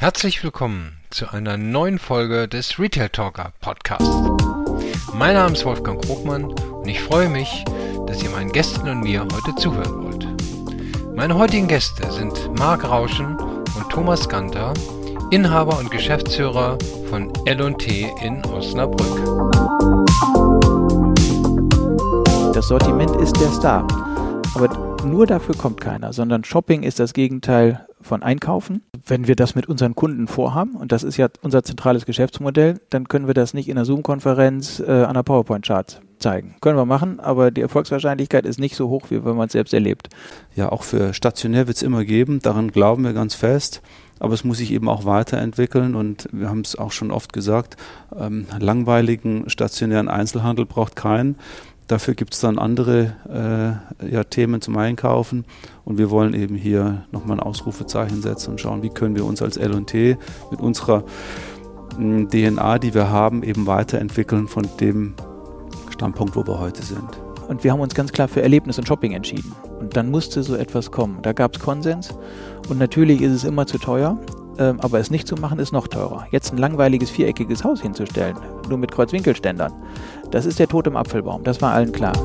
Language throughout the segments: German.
Herzlich willkommen zu einer neuen Folge des Retail Talker Podcasts. Mein Name ist Wolfgang Krogmann und ich freue mich, dass ihr meinen Gästen und mir heute zuhören wollt. Meine heutigen Gäste sind Marc Rauschen und Thomas Ganter, Inhaber und Geschäftsführer von L&T in Osnabrück. Das Sortiment ist der Star, aber nur dafür kommt keiner, sondern Shopping ist das Gegenteil von Einkaufen. Wenn wir das mit unseren Kunden vorhaben, und das ist ja unser zentrales Geschäftsmodell, dann können wir das nicht in einer Zoom-Konferenz an einer PowerPoint-Chart zeigen. Können wir machen, aber die Erfolgswahrscheinlichkeit ist nicht so hoch, wie wenn man es selbst erlebt. Ja, auch für stationär wird es immer geben, daran glauben wir ganz fest. Aber es muss sich eben auch weiterentwickeln und wir haben es auch schon oft gesagt, langweiligen stationären Einzelhandel braucht keinen. Dafür gibt es dann andere Themen zum Einkaufen und wir wollen eben hier nochmal ein Ausrufezeichen setzen und schauen, wie können wir uns als L&T mit unserer DNA, die wir haben, eben weiterentwickeln von dem Standpunkt, wo wir heute sind. Und wir haben uns ganz klar für Erlebnis und Shopping entschieden. Und dann musste so etwas kommen. Da gab es Konsens und natürlich ist es immer zu teuer. Aber es nicht zu machen, ist noch teurer. Jetzt ein langweiliges, viereckiges Haus hinzustellen, nur mit Kreuzwinkelständern, das ist der Tod im Apfelbaum, das war allen klar.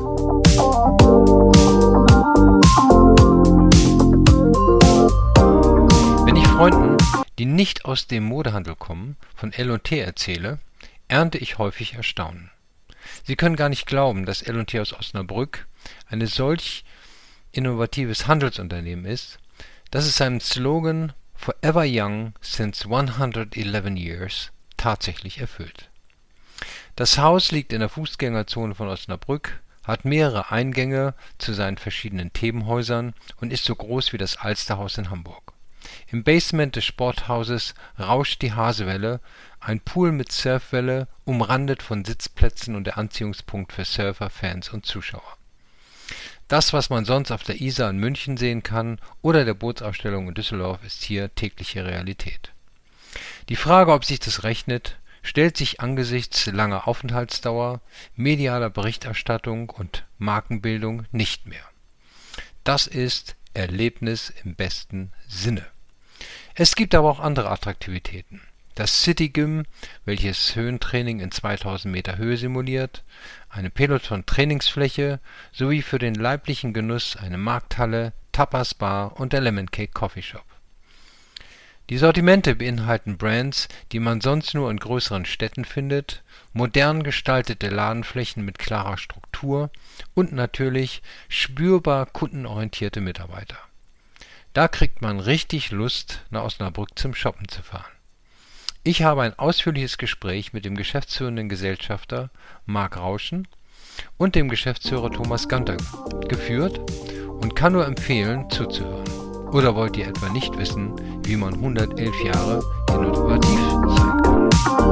Wenn ich Freunden, die nicht aus dem Modehandel kommen, von L&T erzähle, ernte ich häufig Erstaunen. Sie können gar nicht glauben, dass L&T aus Osnabrück ein solch innovatives Handelsunternehmen ist, dass es seinem Slogan Forever Young since 111 years tatsächlich erfüllt. Das Haus liegt in der Fußgängerzone von Osnabrück, hat mehrere Eingänge zu seinen verschiedenen Themenhäusern und ist so groß wie das Alsterhaus in Hamburg. Im Basement des Sporthauses rauscht die Hasewelle, ein Pool mit Surfwelle, umrandet von Sitzplätzen und der Anziehungspunkt für Surfer, Fans und Zuschauer. Das, was man sonst auf der Isar in München sehen kann oder der Bootsausstellung in Düsseldorf, ist hier tägliche Realität. Die Frage, ob sich das rechnet, stellt sich angesichts langer Aufenthaltsdauer, medialer Berichterstattung und Markenbildung nicht mehr. Das ist Erlebnis im besten Sinne. Es gibt aber auch andere Attraktivitäten. Das City Gym, welches Höhentraining in 2000 Meter Höhe simuliert, eine Peloton-Trainingsfläche sowie für den leiblichen Genuss eine Markthalle, Tapas-Bar und der Lemon Cake Coffee Shop. Die Sortimente beinhalten Brands, die man sonst nur in größeren Städten findet, modern gestaltete Ladenflächen mit klarer Struktur und natürlich spürbar kundenorientierte Mitarbeiter. Da kriegt man richtig Lust, nach Osnabrück zum Shoppen zu fahren. Ich habe ein ausführliches Gespräch mit dem geschäftsführenden Gesellschafter Marc Rauschen und dem Geschäftsführer Thomas Ganter geführt und kann nur empfehlen, zuzuhören. Oder wollt ihr etwa nicht wissen, wie man 111 Jahre innovativ sein kann?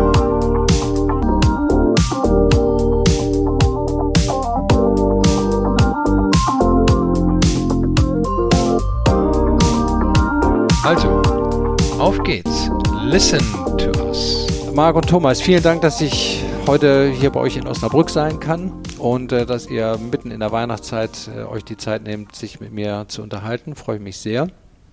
Also, auf geht's. Listen to us. Marc und Thomas, vielen Dank, dass ich heute hier bei euch in Osnabrück sein kann und dass ihr mitten in der Weihnachtszeit euch die Zeit nehmt, sich mit mir zu unterhalten. Freue mich sehr.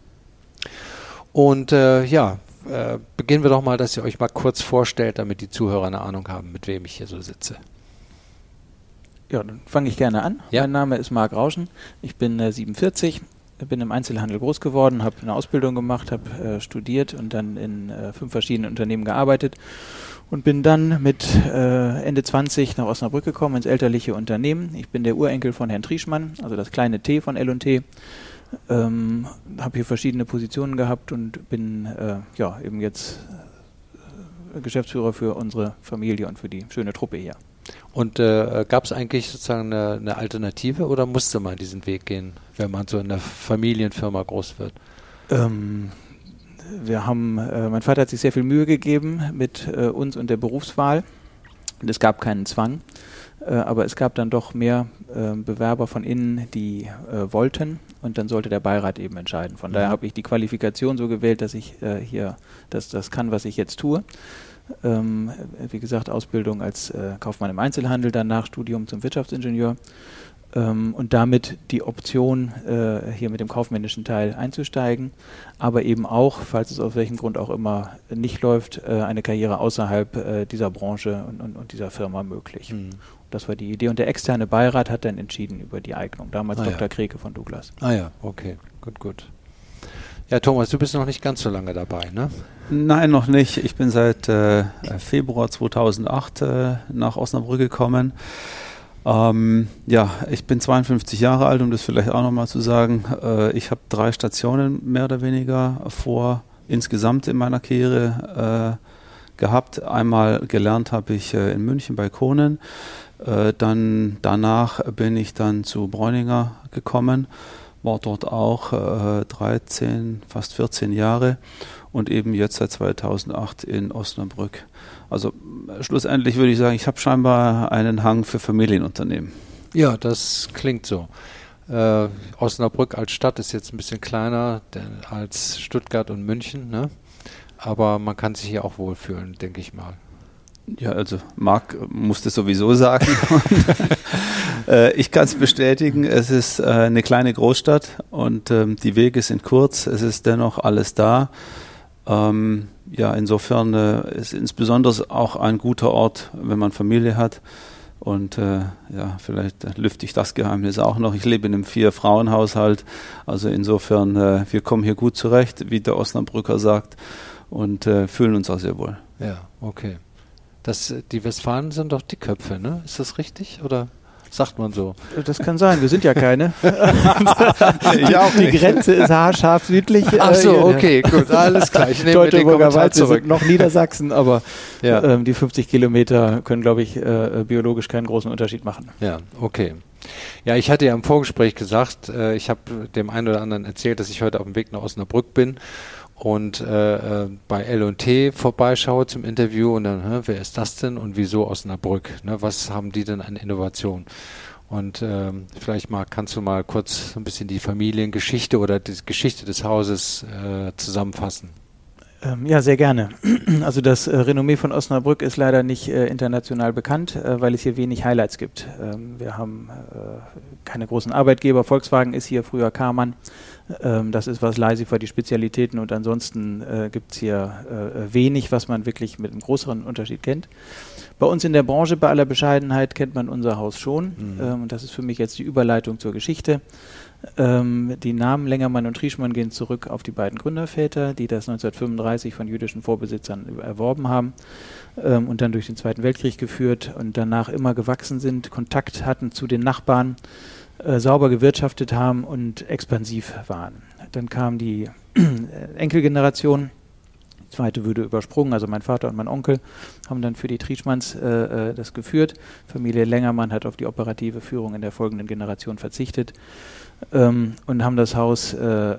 Und beginnen wir doch mal, dass ihr euch mal kurz vorstellt, damit die Zuhörer eine Ahnung haben, mit wem ich hier so sitze. Ja, dann fange ich gerne an. Ja. Mein Name ist Marc Rauschen, ich bin 47. Bin im Einzelhandel groß geworden, habe eine Ausbildung gemacht, habe studiert und dann in 5 verschiedenen Unternehmen gearbeitet und bin dann mit Ende 20 nach Osnabrück gekommen, ins elterliche Unternehmen. Ich bin der Urenkel von Herrn Trieschmann, also das kleine T von L&T. Habe hier verschiedene Positionen gehabt und bin eben jetzt Geschäftsführer für unsere Familie und für die schöne Truppe hier. Und gab es eigentlich sozusagen eine Alternative oder musste man diesen Weg gehen, wenn man so in einer Familienfirma groß wird? Mein Vater hat sich sehr viel Mühe gegeben mit uns und der Berufswahl. Und es gab keinen Zwang, aber es gab dann doch mehr Bewerber von innen, die wollten und dann sollte der Beirat eben entscheiden. Von daher habe ich die Qualifikation so gewählt, dass ich hier das kann, was ich jetzt tue. Wie gesagt, Ausbildung als Kaufmann im Einzelhandel, danach Studium zum Wirtschaftsingenieur und damit die Option, hier mit dem kaufmännischen Teil einzusteigen, aber eben auch, falls es aus welchem Grund auch immer nicht läuft, eine Karriere außerhalb dieser Branche und dieser Firma möglich. Das war die Idee und der externe Beirat hat dann entschieden über die Eignung, damals Dr. Kreke von Douglas. Ah ja, okay, gut. Ja, Thomas, du bist noch nicht ganz so lange dabei, ne? Nein, noch nicht. Ich bin seit Februar 2008 nach Osnabrück gekommen. Ich bin 52 Jahre alt, um das vielleicht auch nochmal zu sagen. Ich habe 3 Stationen mehr oder weniger insgesamt in meiner Karriere gehabt. Einmal gelernt habe ich in München bei Konen. Danach bin ich dann zu Bräuninger gekommen, war dort auch 13, fast 14 Jahre und eben jetzt seit 2008 in Osnabrück. Also schlussendlich würde ich sagen, ich habe scheinbar einen Hang für Familienunternehmen. Ja, das klingt so. Osnabrück als Stadt ist jetzt ein bisschen kleiner als Stuttgart und München, ne? Aber man kann sich hier auch wohlfühlen, denke ich mal. Ja, also Marc muss das sowieso sagen. Ich kann es bestätigen, es ist eine kleine Großstadt und die Wege sind kurz, es ist dennoch alles da. Insofern ist insbesondere auch ein guter Ort, wenn man Familie hat. Und vielleicht lüfte ich das Geheimnis auch noch. Ich lebe in einem 4-Frauen-Haushalt. Also insofern, wir kommen hier gut zurecht, wie der Osnabrücker sagt, und fühlen uns auch sehr wohl. Ja, okay. Die Westfalen sind doch Dickköpfe, ne? Ist das richtig? Oder sagt man so? Das kann sein, wir sind ja keine. Die Grenze ist haarscharf südlich. Ach so, okay, gut, alles klar. Ich nehme den Kommentar zurück. Noch Niedersachsen, aber die 50 Kilometer können, glaube ich, biologisch keinen großen Unterschied machen. Ja, okay. Ja, ich hatte ja im Vorgespräch gesagt, ich habe dem einen oder anderen erzählt, dass ich heute auf dem Weg nach Osnabrück bin und bei L&T vorbeischaue zum Interview und dann, wer ist das denn und wieso Osnabrück? Ne, was haben die denn an Innovation? Und vielleicht kannst du mal kurz ein bisschen die Familiengeschichte oder die Geschichte des Hauses zusammenfassen. Ja, sehr gerne. Also das Renommee von Osnabrück ist leider nicht international bekannt, weil es hier wenig Highlights gibt. Wir haben keine großen Arbeitgeber. Volkswagen ist hier, früher Karmann. Das ist was Leisifer, die Spezialitäten, und ansonsten gibt es hier wenig, was man wirklich mit einem größeren Unterschied kennt. Bei uns in der Branche, bei aller Bescheidenheit, kennt man unser Haus schon. Und das ist für mich jetzt die Überleitung zur Geschichte. Die Namen Lengermann und Trieschmann gehen zurück auf die beiden Gründerväter, die das 1935 von jüdischen Vorbesitzern erworben haben und dann durch den Zweiten Weltkrieg geführt und danach immer gewachsen sind, Kontakt hatten zu den Nachbarn, sauber gewirtschaftet haben und expansiv waren. Dann kam die Enkelgeneration, die zweite würde übersprungen, also mein Vater und mein Onkel haben dann für die Trieschmanns das geführt. Familie Lengermann hat auf die operative Führung in der folgenden Generation verzichtet. Und haben das Haus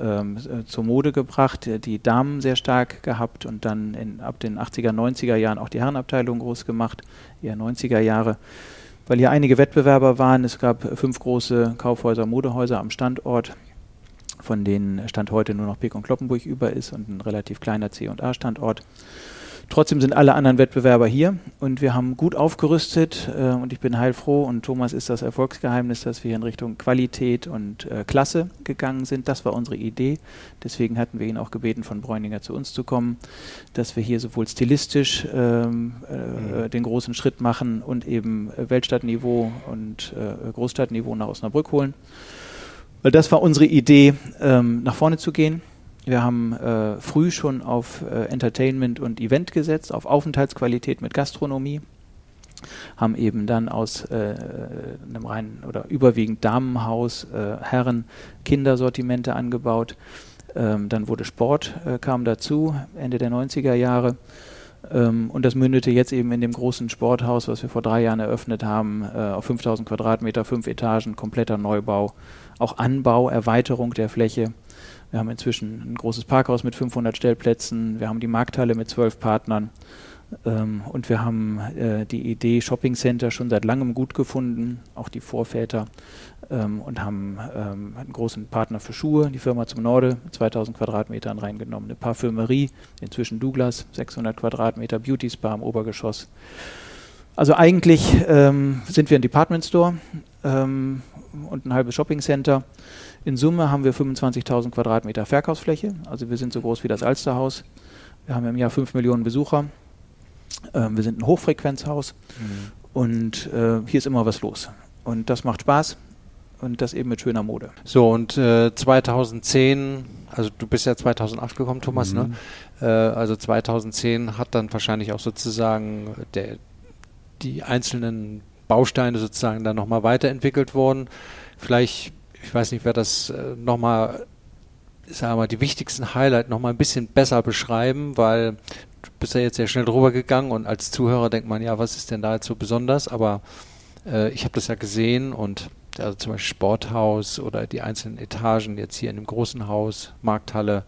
zur Mode gebracht, die Damen sehr stark gehabt und dann ab den 80er, 90er Jahren auch die Herrenabteilung groß gemacht, eher 90er Jahre, weil hier einige Wettbewerber waren. Es gab 5 große Kaufhäuser, Modehäuser am Standort, von denen Stand heute nur noch Peek und Cloppenburg über ist und ein relativ kleiner C&A-Standort. Trotzdem sind alle anderen Wettbewerber hier und wir haben gut aufgerüstet und ich bin heilfroh und Thomas ist das Erfolgsgeheimnis, dass wir in Richtung Qualität und Klasse gegangen sind. Das war unsere Idee. Deswegen hatten wir ihn auch gebeten, von Bräuninger zu uns zu kommen, dass wir hier sowohl stilistisch den großen Schritt machen und eben Weltstadtniveau und Großstadtniveau nach Osnabrück holen. Weil das war unsere Idee, nach vorne zu gehen. Wir haben früh schon auf Entertainment und Event gesetzt, auf Aufenthaltsqualität mit Gastronomie, haben eben dann aus einem reinen oder überwiegend Damenhaus Herren-, Kindersortimente angebaut. Dann wurde Sport, kam dazu, Ende der 90er Jahre. Und das mündete jetzt eben in dem großen Sporthaus, was wir vor 3 Jahren eröffnet haben, auf 5000 Quadratmeter, 5 Etagen, kompletter Neubau, auch Anbau, Erweiterung der Fläche. Wir haben inzwischen ein großes Parkhaus mit 500 Stellplätzen, wir haben die Markthalle mit 12 Partnern und wir haben die Idee Shopping Center schon seit langem gut gefunden, auch die Vorväter, und haben einen großen Partner für Schuhe, die Firma zum Norde, mit 2000 Quadratmetern reingenommen, eine Parfümerie, inzwischen Douglas, 600 Quadratmeter, Beauty Spa im Obergeschoss. Also eigentlich sind wir ein Department Store, und ein halbes Shoppingcenter. In Summe haben wir 25.000 Quadratmeter Verkaufsfläche. Also wir sind so groß wie das Alsterhaus. Wir haben im Jahr 5 Millionen Besucher. Wir sind ein Hochfrequenzhaus. Und hier ist immer was los. Und das macht Spaß. Und das eben mit schöner Mode. So, und 2010, also du bist ja 2008 gekommen, Thomas, ne? Also 2010 hat dann wahrscheinlich auch sozusagen die einzelnen Bausteine sozusagen dann nochmal weiterentwickelt worden. Vielleicht, ich weiß nicht, wer das nochmal, sagen wir mal, die wichtigsten Highlights nochmal ein bisschen besser beschreiben, weil du bist ja jetzt sehr schnell drüber gegangen und als Zuhörer denkt man, ja, was ist denn da jetzt so besonders? Aber ich habe das ja gesehen und also zum Beispiel Sporthaus oder die einzelnen Etagen jetzt hier in dem großen Haus, Markthalle.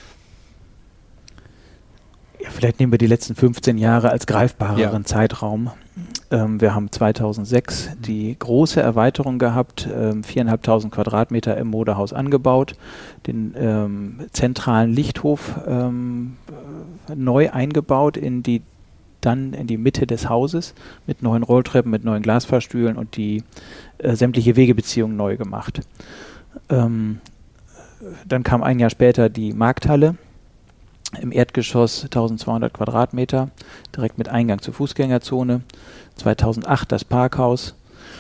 Ja, vielleicht nehmen wir die letzten 15 Jahre als greifbareren Zeitraum. Wir haben 2006 die große Erweiterung gehabt, 4.500 Quadratmeter im Modehaus angebaut, den zentralen Lichthof neu eingebaut in die Mitte des Hauses mit neuen Rolltreppen, mit neuen Glasfahrstühlen und die sämtliche Wegebeziehungen neu gemacht. Dann kam ein Jahr später die Markthalle im Erdgeschoss, 1.200 Quadratmeter, direkt mit Eingang zur Fußgängerzone. 2008 das Parkhaus.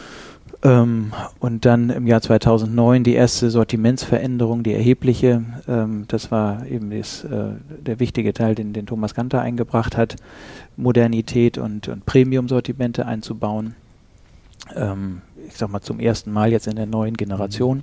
Und dann im Jahr 2009 die erste Sortimentsveränderung, die erhebliche. Das war eben der wichtige Teil, den Thomas Ganter eingebracht hat, Modernität und Premium-Sortimente einzubauen. Ich sag mal zum ersten Mal jetzt in der neuen Generation.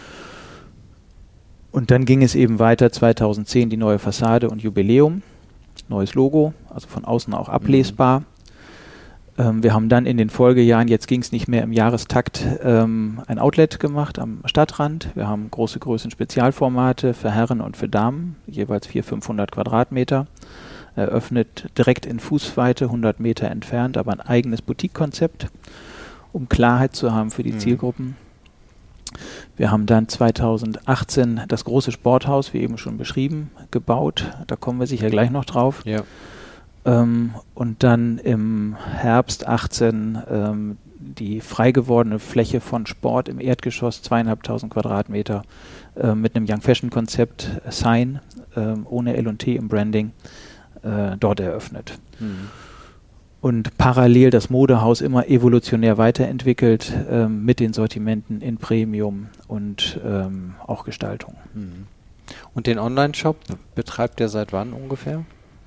Und dann ging es eben weiter, 2010 die neue Fassade und Jubiläum, neues Logo, also von außen auch ablesbar. Wir haben dann in den Folgejahren, jetzt ging es nicht mehr im Jahrestakt, ein Outlet gemacht am Stadtrand. Wir haben große Größen Spezialformate für Herren und für Damen, jeweils 400-500 Quadratmeter. Eröffnet direkt in Fußweite, 100 Meter entfernt, aber ein eigenes Boutique-Konzept, um Klarheit zu haben für die Zielgruppen. Wir haben dann 2018 das große Sporthaus, wie eben schon beschrieben, gebaut. Da kommen wir sicher gleich noch drauf. Ja. Und dann im Herbst 18 die frei gewordene Fläche von Sport im Erdgeschoss, 2.500 Quadratmeter, mit einem Young Fashion Konzept, Sign, ohne L&T im Branding, dort eröffnet. Und parallel das Modehaus immer evolutionär weiterentwickelt mit den Sortimenten in Premium und auch Gestaltung. Und den Online-Shop betreibt ihr seit wann ungefähr?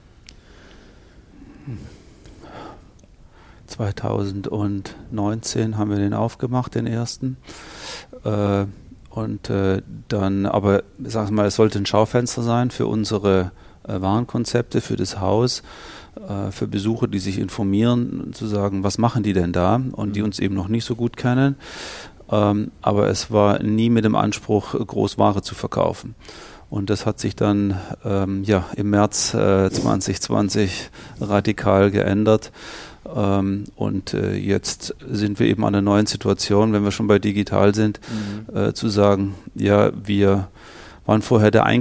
2019 haben wir den aufgemacht, den ersten. Dann, aber sag mal, es sollte ein Schaufenster sein für unsere Warenkonzepte, für das Haus, für Besucher, die sich informieren, zu sagen, was machen die denn da und die uns eben noch nicht so gut kennen. Aber es war nie mit dem Anspruch, Großware zu verkaufen. Und das hat sich dann im März 2020 radikal geändert. Jetzt sind wir eben an einer neuen Situation, wenn wir schon bei digital sind, zu sagen, ja, wir waren vorher das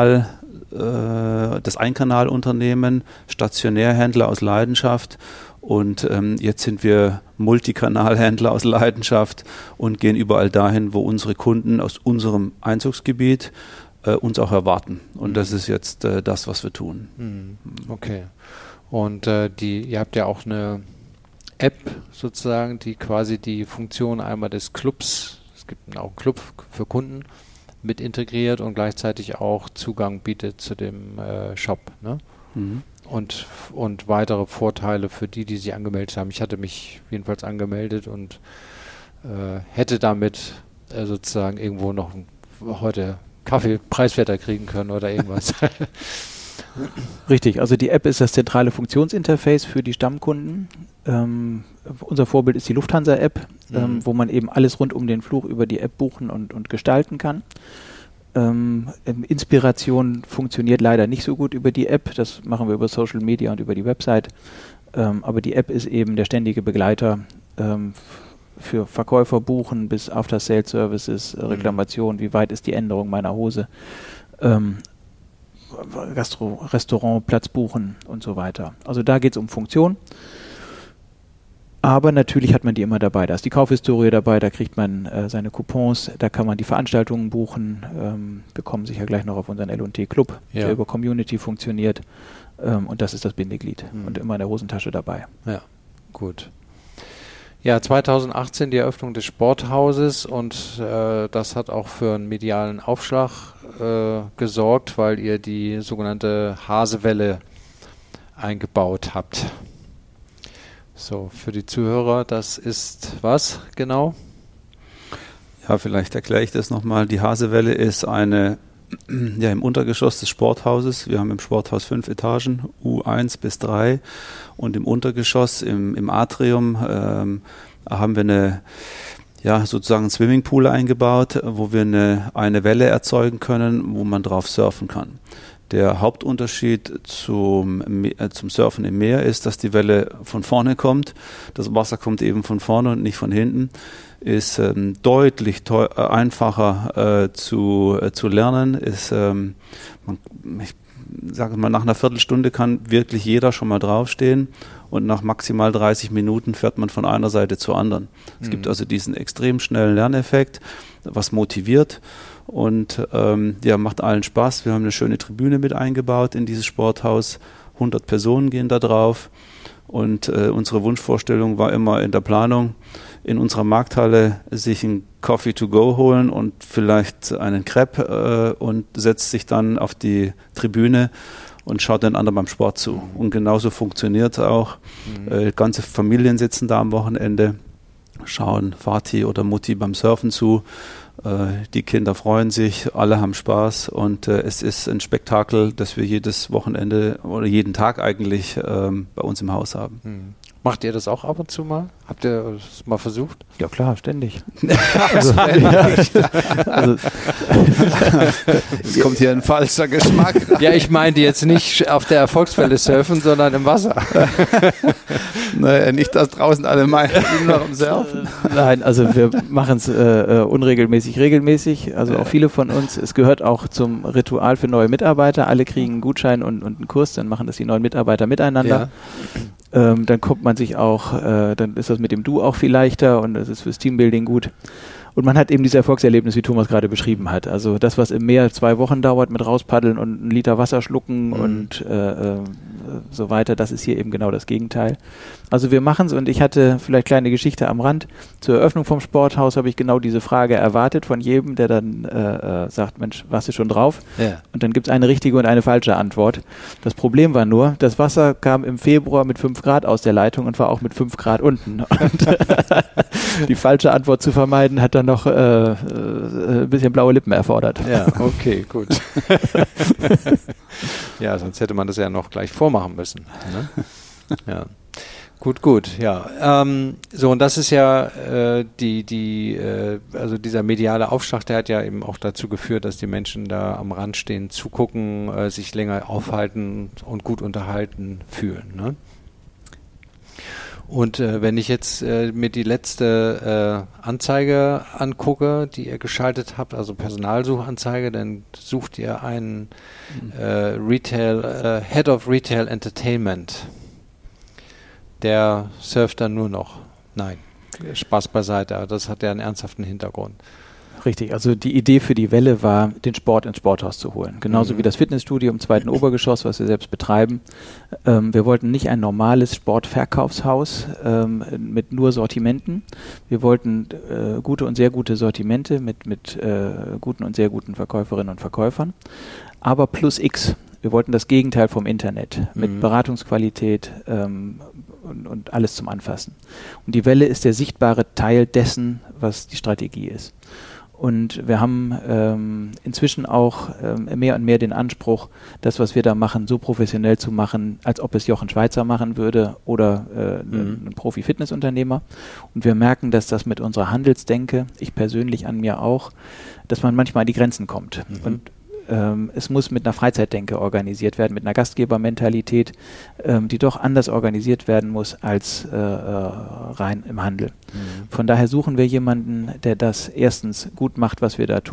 Einkanalunternehmen, Stationärhändler aus Leidenschaft und jetzt sind wir Multikanalhändler aus Leidenschaft und gehen überall dahin, wo unsere Kunden aus unserem Einzugsgebiet uns auch erwarten. Und das ist jetzt das, was wir tun. Okay. Und ihr habt ja auch eine App sozusagen, die quasi die Funktion einmal des Clubs, es gibt auch einen Club für Kunden, mit integriert und gleichzeitig auch Zugang bietet zu dem Shop, ne? Und weitere Vorteile für die sich angemeldet haben. Ich hatte mich jedenfalls angemeldet und hätte damit sozusagen irgendwo noch heute Kaffee preiswerter kriegen können oder irgendwas. Richtig, also die App ist das zentrale Funktionsinterface für die Stammkunden. Unser Vorbild ist die Lufthansa-App, wo man eben alles rund um den Flug über die App buchen und gestalten kann. Inspiration funktioniert leider nicht so gut über die App, das machen wir über Social Media und über die Website. Aber die App ist eben der ständige Begleiter für Verkäufer buchen bis After-Sales-Services, Reklamation, wie weit ist die Änderung meiner Hose, Restaurant, Platz buchen und so weiter. Also da geht es um Funktion. Aber natürlich hat man die immer dabei. Da ist die Kaufhistorie dabei, da kriegt man seine Coupons, da kann man die Veranstaltungen buchen. Wir kommen sicher gleich noch auf unseren L&T-Club, der über Community funktioniert. Und das ist das Bindeglied und immer in der Hosentasche dabei. Ja, gut. Ja, 2018 die Eröffnung des Sporthauses und das hat auch für einen medialen Aufschlag gesorgt, weil ihr die sogenannte Hasewelle eingebaut habt. So, für die Zuhörer, das ist was genau? Ja, vielleicht erkläre ich das nochmal. Die Hasewelle ist eine, ja, im Untergeschoss des Sporthauses. Wir haben im Sporthaus 5 Etagen, U1 bis 3. Und im Untergeschoss, im Atrium, haben wir sozusagen einen Swimmingpool eingebaut, wo wir eine Welle erzeugen können, wo man drauf surfen kann. Der Hauptunterschied zum Surfen im Meer ist, dass die Welle von vorne kommt. Das Wasser kommt eben von vorne und nicht von hinten. Ist deutlich einfacher zu lernen. Ich sage mal, nach einer Viertelstunde kann wirklich jeder schon mal draufstehen und nach maximal 30 Minuten fährt man von einer Seite zur anderen. Es gibt also diesen extrem schnellen Lerneffekt, was motiviert. Und macht allen Spaß. Wir haben eine schöne Tribüne mit eingebaut in dieses Sporthaus. 100 Personen gehen da drauf. Und unsere Wunschvorstellung war immer in der Planung, in unserer Markthalle sich einen Coffee to go holen und vielleicht einen Crepe und setzt sich dann auf die Tribüne und schaut den anderen beim Sport zu. Und genauso funktioniert es auch. Ganze Familien sitzen da am Wochenende, schauen Vati oder Mutti beim Surfen zu. Die Kinder freuen sich, alle haben Spaß und es ist ein Spektakel, das wir jedes Wochenende oder jeden Tag eigentlich bei uns im Haus haben. Macht ihr das auch ab und zu mal? Habt ihr das mal versucht? Ja klar, ständig. Es kommt hier ein falscher Geschmack. Ja, ich meinte jetzt nicht auf der Erfolgswelle surfen, sondern im Wasser. Naja, nicht, dass draußen alle meinen, nur noch am Surfen. Nein, also wir machen es unregelmäßig, regelmäßig. Also auch viele von uns. Es gehört auch zum Ritual für neue Mitarbeiter. Alle kriegen einen Gutschein und einen Kurs, dann machen das die neuen Mitarbeiter miteinander. Ja. Dann kommt man sich auch, dann ist das mit dem Du auch viel leichter und das ist fürs Teambuilding gut. Und man hat eben dieses Erfolgserlebnis, wie Thomas gerade beschrieben hat. Also das, was im Meer 2 Wochen dauert mit rauspaddeln und 1 Liter Wasser schlucken und so weiter, das ist hier eben genau das Gegenteil. Also wir machen es und ich hatte vielleicht kleine Geschichte am Rand. Zur Eröffnung vom Sporthaus habe ich genau diese Frage erwartet von jedem, der dann sagt, Mensch, warst du schon drauf? Ja. Und dann gibt es eine richtige und eine falsche Antwort. Das Problem war nur, das Wasser kam im Februar mit 5 Grad aus der Leitung und war auch mit 5 Grad unten. Und die falsche Antwort zu vermeiden, hat dann noch ein bisschen blaue Lippen erfordert. Ja, okay, gut. Ja, sonst hätte man das ja noch gleich vormachen müssen. Ne? Ja. Gut, ja. So, und das ist ja also dieser mediale Aufschlag, der hat ja eben auch dazu geführt, dass die Menschen da am Rand stehen, zugucken, sich länger aufhalten und gut unterhalten fühlen. Ne? Und wenn ich jetzt mir die letzte Anzeige angucke, die ihr geschaltet habt, also Personalsuchanzeige, dann sucht ihr einen Head of Retail Entertainment. Der surft dann nur noch. Nein, Spaß beiseite, das hat ja einen ernsthaften Hintergrund. Richtig, also die Idee für die Welle war, den Sport ins Sporthaus zu holen. Genauso wie das Fitnessstudio im 2. Obergeschoss, was wir selbst betreiben. Wir wollten nicht ein normales Sportverkaufshaus mit nur Sortimenten. Wir wollten gute und sehr gute Sortimente mit guten und sehr guten Verkäuferinnen und Verkäufern. Aber plus X. Wir wollten das Gegenteil vom Internet mit Beratungsqualität und alles zum Anfassen. Und die Welle ist der sichtbare Teil dessen, was die Strategie ist. Und wir haben inzwischen auch mehr und mehr den Anspruch, das, was wir da machen, so professionell zu machen, als ob es Jochen Schweizer machen würde oder ein Profi-Fitnessunternehmer. Und wir merken, dass das mit unserer Handelsdenke, ich persönlich an mir auch, dass man manchmal an die Grenzen kommt. Und es muss mit einer Freizeitdenke organisiert werden, mit einer Gastgebermentalität, die doch anders organisiert werden muss als rein im Handel. Von daher suchen wir jemanden, der das erstens gut macht, was wir da tun,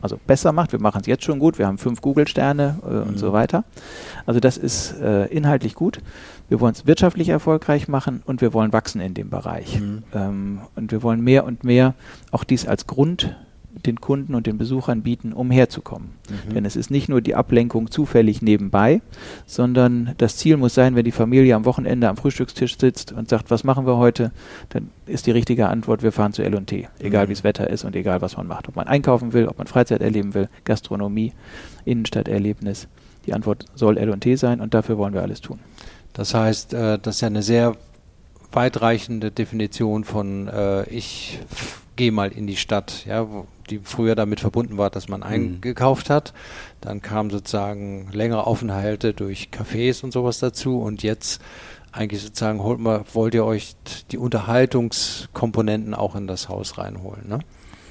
also besser macht. Wir machen es jetzt schon gut. Wir haben 5 Google-Sterne und so weiter. Also das ist inhaltlich gut. Wir wollen es wirtschaftlich erfolgreich machen und wir wollen wachsen in dem Bereich. Und wir wollen mehr und mehr auch dies als Grund den Kunden und den Besuchern bieten, um herzukommen. Denn es ist nicht nur die Ablenkung zufällig nebenbei, sondern das Ziel muss sein, wenn die Familie am Wochenende am Frühstückstisch sitzt und sagt, was machen wir heute, dann ist die richtige Antwort, wir fahren zu L&T, egal wie das Wetter ist und egal was man macht. Ob man einkaufen will, ob man Freizeit erleben will, Gastronomie, Innenstadterlebnis. Die Antwort soll L&T sein und dafür wollen wir alles tun. Das heißt, das ist ja eine sehr weitreichende Definition von ich gehe mal in die Stadt, ja, die früher damit verbunden war, dass man eingekauft hat. Dann kamen sozusagen längere Aufenthalte durch Cafés und sowas dazu und jetzt eigentlich sozusagen wollt ihr euch die Unterhaltungskomponenten auch in das Haus reinholen, ne?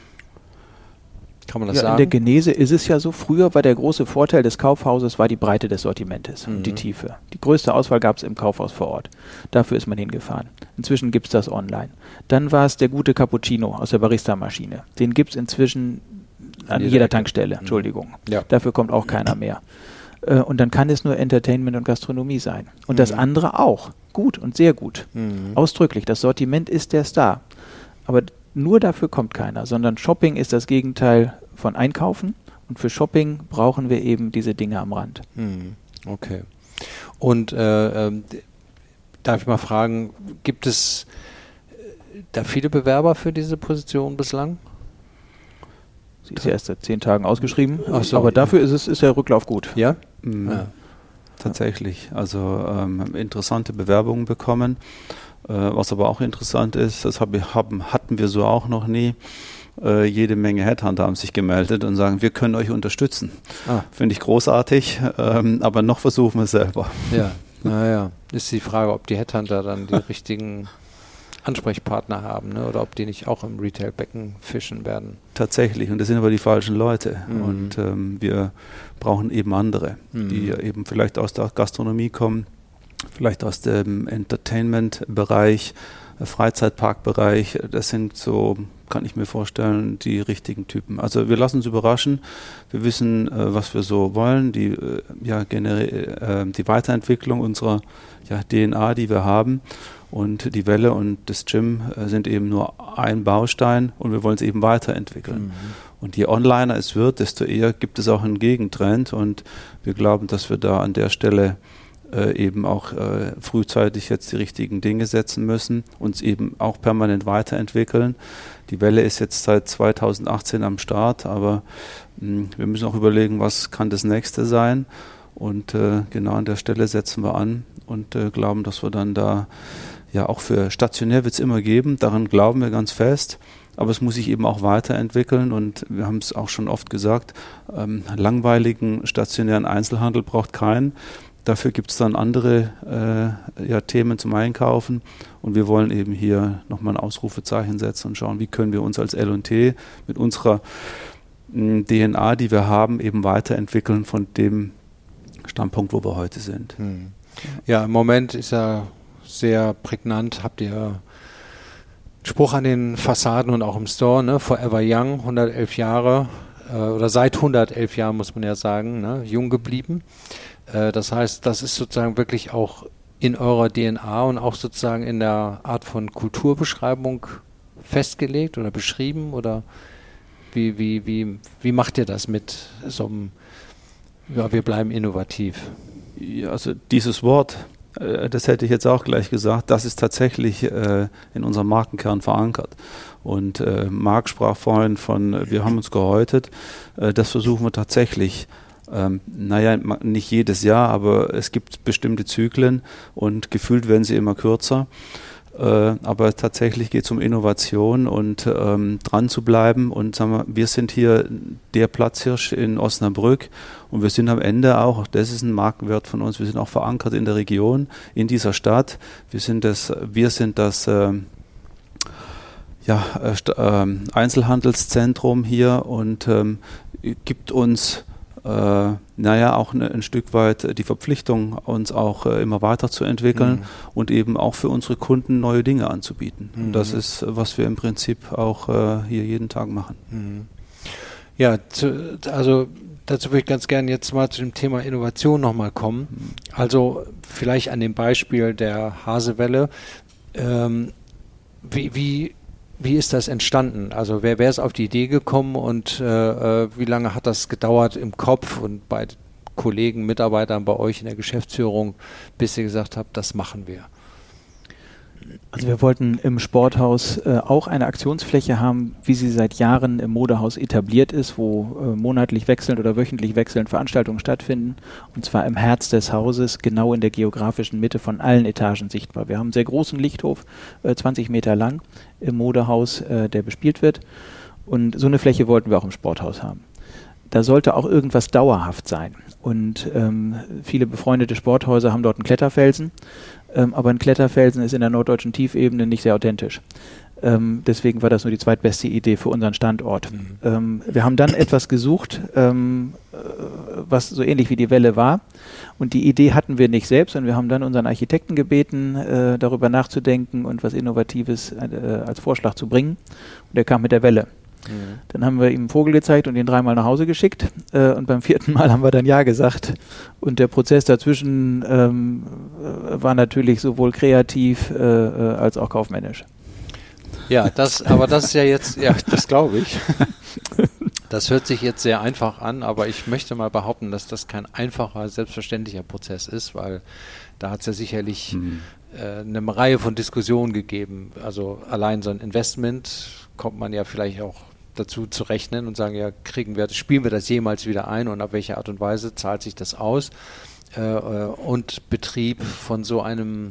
Kann man das sagen? In der Genese ist es ja so, früher war der große Vorteil des Kaufhauses war die Breite des Sortimentes und die Tiefe. Die größte Auswahl gab es im Kaufhaus vor Ort. Dafür ist man hingefahren. Inzwischen gibt es das online. Dann war es der gute Cappuccino aus der Barista-Maschine. Den gibt es inzwischen an jeder Tankstelle. Entschuldigung. Ja. Dafür kommt auch keiner mehr. Und dann kann es nur Entertainment und Gastronomie sein. Und das andere auch. Gut und sehr gut. Ausdrücklich. Das Sortiment ist der Star. Aber nur dafür kommt keiner, sondern Shopping ist das Gegenteil von Einkaufen und für Shopping brauchen wir eben diese Dinge am Rand. Okay. Und darf ich mal fragen, gibt es da viele Bewerber für diese Position bislang? Sie ist ja erst seit 10 Tagen ausgeschrieben, aber dafür ist der Rücklauf gut. Ja? Ja. Tatsächlich. Also interessante Bewerbungen bekommen. Was aber auch interessant ist, das hatten wir so auch noch nie. Jede Menge Headhunter haben sich gemeldet und sagen, wir können euch unterstützen. Finde ich großartig, aber noch versuchen wir es selber. Ja, naja, ist die Frage, ob die Headhunter dann die richtigen Ansprechpartner haben, ne? Oder ob die nicht auch im Retail-Becken fischen werden. Tatsächlich, und das sind aber die falschen Leute. Und wir brauchen eben andere, die eben vielleicht aus der Gastronomie kommen, vielleicht aus dem Entertainment-Bereich, Freizeitparkbereich. Das sind so, kann ich mir vorstellen, die richtigen Typen. Also wir lassen uns überraschen. Wir wissen, was wir so wollen. Die Weiterentwicklung unserer DNA, die wir haben. Und die Welle und das Gym sind eben nur ein Baustein und wir wollen es eben weiterentwickeln. Und je onliner es wird, desto eher gibt es auch einen Gegentrend. Und wir glauben, dass wir da an der Stelle eben auch frühzeitig jetzt die richtigen Dinge setzen müssen, uns eben auch permanent weiterentwickeln. Die Welle ist jetzt seit 2018 am Start, aber wir müssen auch überlegen, was kann das nächste sein. Und genau an der Stelle setzen wir an und glauben, dass wir dann da, ja, auch für stationär wird es immer geben, daran glauben wir ganz fest. Aber es muss sich eben auch weiterentwickeln und wir haben es auch schon oft gesagt, langweiligen stationären Einzelhandel braucht keinen. Dafür gibt es dann andere Themen zum Einkaufen und wir wollen eben hier nochmal ein Ausrufezeichen setzen und schauen, wie können wir uns als L&T mit unserer DNA, die wir haben, eben weiterentwickeln von dem Standpunkt, wo wir heute sind. Ja, im Moment ist ja sehr prägnant, habt ihr Spruch an den Fassaden und auch im Store, ne? Forever Young, 111 Jahre oder seit 111 Jahren muss man ja sagen, ne? Jung geblieben. Das heißt, das ist sozusagen wirklich auch in eurer DNA und auch sozusagen in der Art von Kulturbeschreibung festgelegt oder beschrieben oder wie macht ihr das mit so einem, ja, wir bleiben innovativ? Ja, also dieses Wort, das hätte ich jetzt auch gleich gesagt, das ist tatsächlich in unserem Markenkern verankert. Und Marc sprach vorhin von, wir haben uns gehäutet, das versuchen wir tatsächlich. Nicht jedes Jahr, aber es gibt bestimmte Zyklen und gefühlt werden sie immer kürzer. Aber tatsächlich geht es um Innovation und dran zu bleiben. Und sagen wir sind hier der Platzhirsch in Osnabrück und wir sind am Ende auch, das ist ein Markenwert von uns, wir sind auch verankert in der Region, in dieser Stadt. Wir sind das Einzelhandelszentrum hier und gibt uns auch ein Stück weit die Verpflichtung, uns auch immer weiterzuentwickeln und eben auch für unsere Kunden neue Dinge anzubieten. Und das ist, was wir im Prinzip auch hier jeden Tag machen. Ja, also dazu würde ich ganz gerne jetzt mal zu dem Thema Innovation nochmal kommen. Also vielleicht an dem Beispiel der Hasewelle. Wie ist das entstanden? Also wer ist auf die Idee gekommen und wie lange hat das gedauert im Kopf und bei Kollegen, Mitarbeitern bei euch in der Geschäftsführung, bis ihr gesagt habt, das machen wir? Also wir wollten im Sporthaus auch eine Aktionsfläche haben, wie sie seit Jahren im Modehaus etabliert ist, wo monatlich wechselnd oder wöchentlich wechselnd Veranstaltungen stattfinden, und zwar im Herz des Hauses, genau in der geografischen Mitte von allen Etagen sichtbar. Wir haben einen sehr großen Lichthof, 20 Meter lang, im Modehaus, der bespielt wird, und so eine Fläche wollten wir auch im Sporthaus haben. Da sollte auch irgendwas dauerhaft sein, und viele befreundete Sporthäuser haben dort einen Kletterfelsen, aber ein Kletterfelsen ist in der norddeutschen Tiefebene nicht sehr authentisch. Deswegen war das nur die zweitbeste Idee für unseren Standort. Wir haben dann etwas gesucht, was so ähnlich wie die Welle war, und die Idee hatten wir nicht selbst, und wir haben dann unseren Architekten gebeten, darüber nachzudenken und was Innovatives als Vorschlag zu bringen, und der kam mit der Welle. Dann haben wir ihm einen Vogel gezeigt und ihn 3-mal nach Hause geschickt, und beim 4. Mal haben wir dann Ja gesagt, und der Prozess dazwischen war natürlich sowohl kreativ als auch kaufmännisch. Ja, aber das ist ja jetzt, ja, das glaube ich. Das hört sich jetzt sehr einfach an, aber ich möchte mal behaupten, dass das kein einfacher, selbstverständlicher Prozess ist, weil da hat es ja sicherlich eine Reihe von Diskussionen gegeben. Also allein so ein Investment kommt man ja vielleicht auch dazu zu rechnen und sagen, ja, spielen wir das jemals wieder ein und auf welche Art und Weise zahlt sich das aus? Und Betrieb von so einer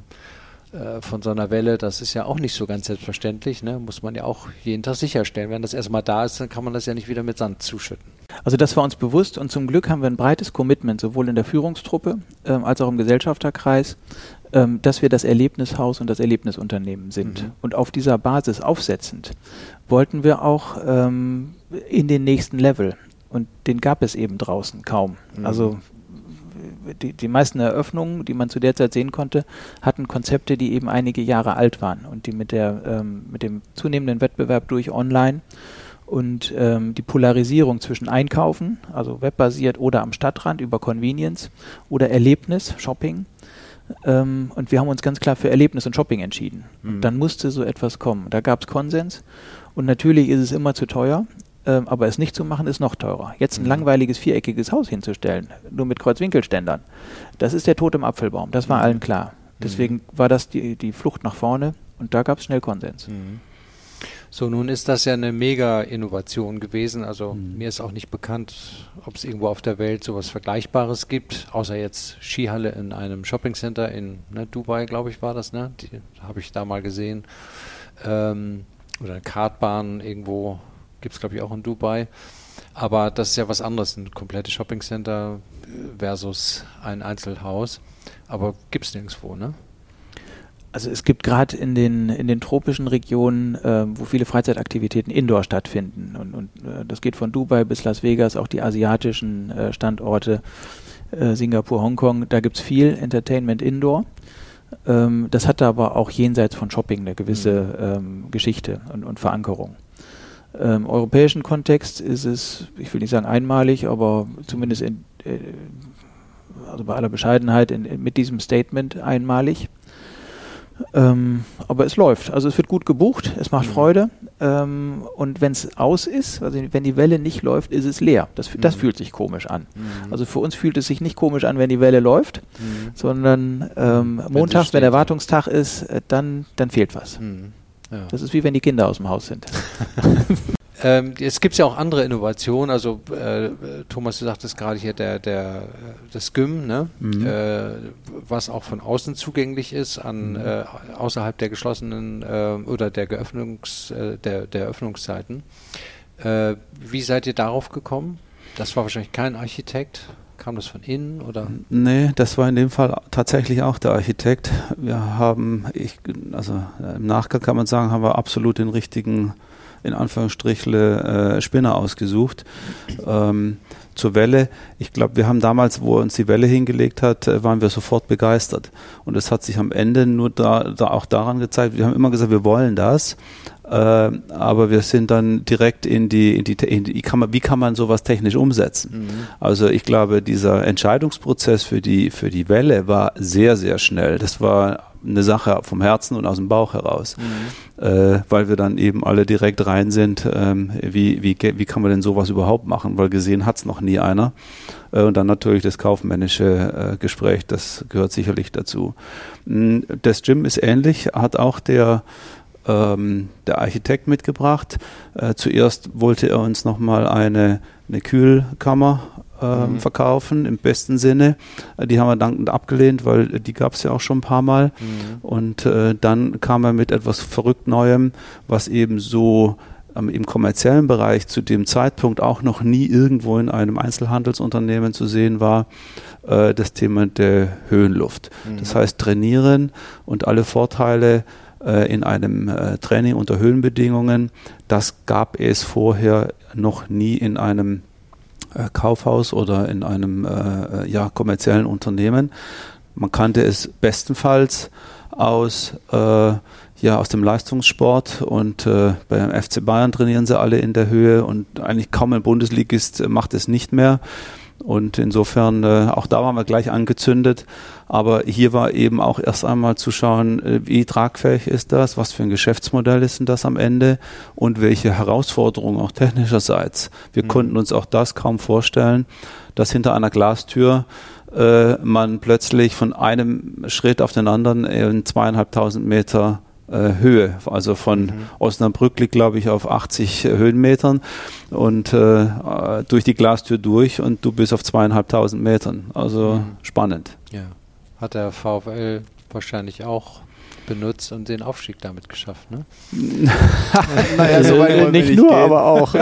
Welle, das ist ja auch nicht so ganz selbstverständlich, ne? Muss man ja auch jeden Tag sicherstellen. Wenn das erstmal da ist, dann kann man das ja nicht wieder mit Sand zuschütten. Also das war uns bewusst, und zum Glück haben wir ein breites Commitment, sowohl in der Führungstruppe als auch im Gesellschafterkreis, dass wir das Erlebnishaus und das Erlebnisunternehmen sind. Und auf dieser Basis aufsetzend wollten wir auch in den nächsten Level. Und den gab es eben draußen kaum. Also die meisten Eröffnungen, die man zu der Zeit sehen konnte, hatten Konzepte, die eben einige Jahre alt waren und die mit dem zunehmenden Wettbewerb durch Online und die Polarisierung zwischen Einkaufen, also webbasiert oder am Stadtrand über Convenience, oder Erlebnis, Shopping. Und wir haben uns ganz klar für Erlebnis und Shopping entschieden. Und dann musste so etwas kommen. Da gab es Konsens, und natürlich ist es immer zu teuer, aber es nicht zu machen ist noch teurer. Jetzt ein langweiliges viereckiges Haus hinzustellen, nur mit Kreuzwinkelständern, das ist der Tod im Apfelbaum, das war allen klar. Deswegen war das die Flucht nach vorne, und da gab es schnell Konsens. So, nun ist das ja eine Mega-Innovation gewesen. Also mir ist auch nicht bekannt, ob es irgendwo auf der Welt sowas Vergleichbares gibt, außer jetzt Skihalle in einem Shoppingcenter in Dubai, glaube ich, war das, ne? Die habe ich da mal gesehen. Oder eine Kartbahn irgendwo gibt es, glaube ich, auch in Dubai. Aber das ist ja was anderes, ein komplettes Shoppingcenter versus ein Einzelhaus. Aber gibt es nirgendwo, ne? Also es gibt gerade in den tropischen Regionen, wo viele Freizeitaktivitäten indoor stattfinden, und das geht von Dubai bis Las Vegas, auch die asiatischen Standorte, Singapur, Hongkong, da gibt es viel Entertainment indoor. Das hat aber auch jenseits von Shopping eine gewisse Geschichte und Verankerung. Im europäischen Kontext ist es, ich will nicht sagen einmalig, aber zumindest also bei aller Bescheidenheit mit diesem Statement einmalig. Aber es läuft, also es wird gut gebucht, es macht Freude, und wenn es aus ist, also wenn die Welle nicht läuft, ist es leer. Das fühlt sich komisch an. Also für uns fühlt es sich nicht komisch an, wenn die Welle läuft, sondern montags, wenn der Wartungstag ist, dann fehlt was. Ja. Das ist wie wenn die Kinder aus dem Haus sind. Es gibt ja auch andere Innovationen, also Thomas, du sagtest gerade hier das Gym, ne? Was auch von außen zugänglich ist, außerhalb der geschlossenen oder der Öffnungszeiten. Wie seid ihr darauf gekommen? Das war wahrscheinlich kein Architekt. Kam das von innen, oder? Nee, das war in dem Fall tatsächlich auch der Architekt. Wir haben, im Nachgang kann man sagen, haben wir absolut den richtigen, in Anführungsstrichle, Spinner ausgesucht. Zur Welle, ich glaube, wir haben damals, wo er uns die Welle hingelegt hat, waren wir sofort begeistert. Und es hat sich am Ende nur auch daran gezeigt, wir haben immer gesagt, wir wollen das, aber wir sind dann direkt wie kann man sowas technisch umsetzen? Also ich glaube, dieser Entscheidungsprozess für die Welle war sehr, sehr schnell. Das war eine Sache vom Herzen und aus dem Bauch heraus, weil wir dann eben alle direkt rein sind, wie kann man denn sowas überhaupt machen, weil gesehen hat es noch nie einer. Und dann natürlich das kaufmännische Gespräch, das gehört sicherlich dazu. Das Gym ist ähnlich, hat auch der Architekt mitgebracht. Zuerst wollte er uns nochmal eine Kühlkammer verkaufen, im besten Sinne. Die haben wir dankend abgelehnt, weil die gab es ja auch schon ein paar Mal. Und dann kam er mit etwas verrückt Neuem, was eben so im kommerziellen Bereich zu dem Zeitpunkt auch noch nie irgendwo in einem Einzelhandelsunternehmen zu sehen war, das Thema der Höhenluft. Das heißt, trainieren und alle Vorteile in einem Training unter Höhenbedingungen, das gab es vorher noch nie in einem Kaufhaus oder in einem kommerziellen Unternehmen. Man kannte es bestenfalls aus dem Leistungssport und beim FC Bayern trainieren sie alle in der Höhe und eigentlich kaum ein Bundesligist macht es nicht mehr. Und insofern, auch da waren wir gleich angezündet. Aber hier war eben auch erst einmal zu schauen, wie tragfähig ist das, was für ein Geschäftsmodell ist denn das am Ende und welche Herausforderungen auch technischerseits. Wir konnten uns auch das kaum vorstellen, dass hinter einer Glastür man plötzlich von einem Schritt auf den anderen in 2.500 Meter Höhe, also von Osnabrück liegt, glaube ich, auf 80 Höhenmetern und durch die Glastür durch und du bist auf 2.500 Metern. Also spannend. Ja. Hat der VfL wahrscheinlich auch benutzt und den Aufstieg damit geschafft, ne? Naja, so weit nicht nur, aber auch.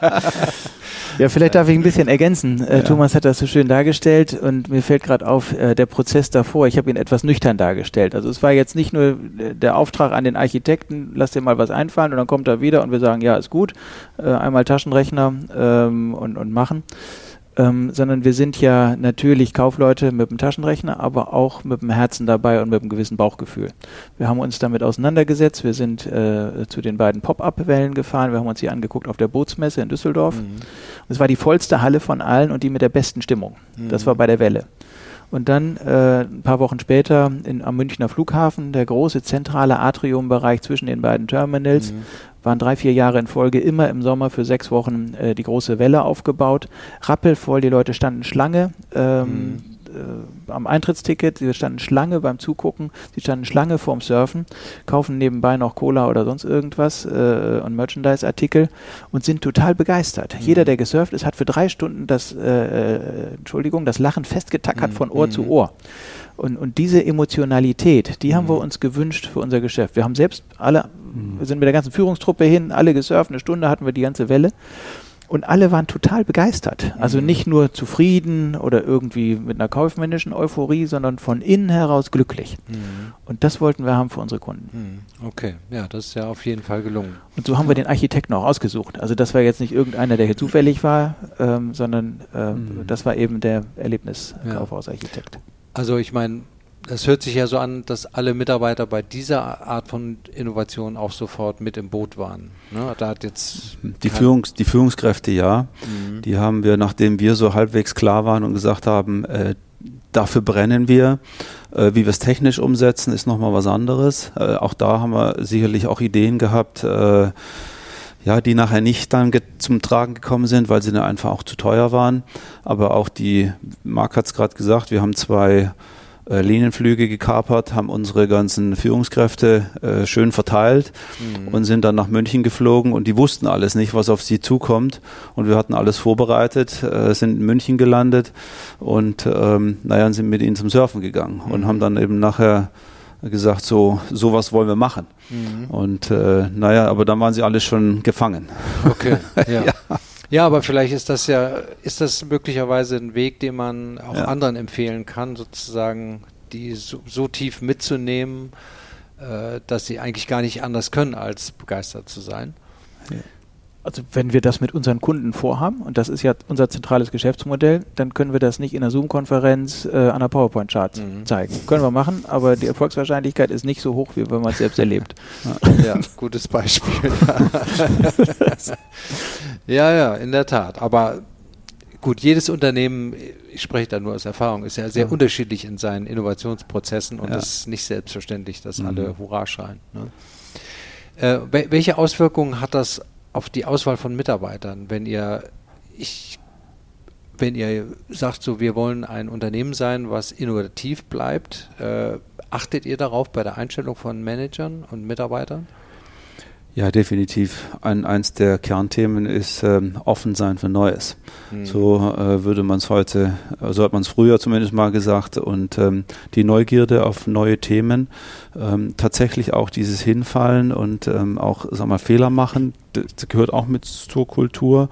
Ja, vielleicht darf ich ein bisschen ergänzen. Thomas hat das so schön dargestellt und mir fällt gerade auf, der Prozess davor, ich habe ihn etwas nüchtern dargestellt. Also es war jetzt nicht nur der Auftrag an den Architekten, lass dir mal was einfallen und dann kommt er wieder und wir sagen, ja, ist gut, einmal Taschenrechner und machen. Sondern wir sind ja natürlich Kaufleute mit dem Taschenrechner, aber auch mit dem Herzen dabei und mit einem gewissen Bauchgefühl. Wir haben uns damit auseinandergesetzt, wir sind zu den beiden Pop-Up-Wellen gefahren, wir haben uns die angeguckt auf der Bootsmesse in Düsseldorf. Das war die vollste Halle von allen und die mit der besten Stimmung. Das war bei der Welle. Und dann ein paar Wochen später am Münchner Flughafen, der große zentrale Atriumbereich zwischen den beiden Terminals, waren 3-4 Jahre in Folge immer im Sommer für 6 Wochen die große Welle aufgebaut. Rappelvoll, die Leute standen Schlange am Eintrittsticket, sie standen Schlange beim Zugucken, sie standen Schlange vorm Surfen, kaufen nebenbei noch Cola oder sonst irgendwas und Merchandise-Artikel und sind total begeistert. Jeder, der gesurft ist, hat für 3 Stunden das Lachen festgetackert von Ohr zu Ohr. Und diese Emotionalität, die haben wir uns gewünscht für unser Geschäft. Wir haben selbst wir sind mit der ganzen Führungstruppe hin, alle gesurft, 1 Stunde hatten wir die ganze Welle. Und alle waren total begeistert. Also nicht nur zufrieden oder irgendwie mit einer kaufmännischen Euphorie, sondern von innen heraus glücklich. Und das wollten wir haben für unsere Kunden. Okay, ja, das ist ja auf jeden Fall gelungen. Und so haben wir den Architekten auch ausgesucht. Also das war jetzt nicht irgendeiner, der hier zufällig war, sondern das war eben der Erlebniskaufhausarchitekt. Also ich meine, es hört sich ja so an, dass alle Mitarbeiter bei dieser Art von Innovation auch sofort mit im Boot waren. Ne? Da hat jetzt die Führungskräfte, ja. Die haben wir, nachdem wir so halbwegs klar waren und gesagt haben, dafür brennen wir. Wie wir es technisch umsetzen, ist nochmal was anderes. Auch da haben wir sicherlich auch Ideen gehabt, die nachher nicht dann zum Tragen gekommen sind, weil sie dann einfach auch zu teuer waren. Aber auch Marc hat es gerade gesagt, wir haben 2 Linienflüge gekapert, haben unsere ganzen Führungskräfte schön verteilt und sind dann nach München geflogen und die wussten alles nicht, was auf sie zukommt und wir hatten alles vorbereitet, sind in München gelandet und sind mit ihnen zum Surfen gegangen und haben dann eben nachher gesagt, sowas wollen wir machen. Und aber dann waren sie alle schon gefangen. Okay, ja. Ja, aber vielleicht ist das möglicherweise ein Weg, den man auch anderen empfehlen kann, sozusagen die so tief mitzunehmen, dass sie eigentlich gar nicht anders können, als begeistert zu sein. Also wenn wir das mit unseren Kunden vorhaben, und das ist ja unser zentrales Geschäftsmodell, dann können wir das nicht in einer Zoom-Konferenz an einer PowerPoint-Chart zeigen. Können wir machen, aber die Erfolgswahrscheinlichkeit ist nicht so hoch, wie wenn man es selbst erlebt. Ja, gutes Beispiel. Ja, in der Tat. Aber gut, jedes Unternehmen, ich spreche da nur aus Erfahrung, ist ja sehr unterschiedlich in seinen Innovationsprozessen und es ist nicht selbstverständlich, dass alle Hurra schreien. Ne? Welche Auswirkungen hat das auf die Auswahl von Mitarbeitern, wenn ihr sagt, so wir wollen ein Unternehmen sein, was innovativ bleibt, achtet ihr darauf bei der Einstellung von Managern und Mitarbeitern? Ja, definitiv. Eins der Kernthemen ist offen sein für Neues. So würde man es heute, so hat man es früher zumindest mal gesagt. Und die Neugierde auf neue Themen, tatsächlich auch dieses Hinfallen und auch, Fehler machen, das gehört auch mit zur Kultur.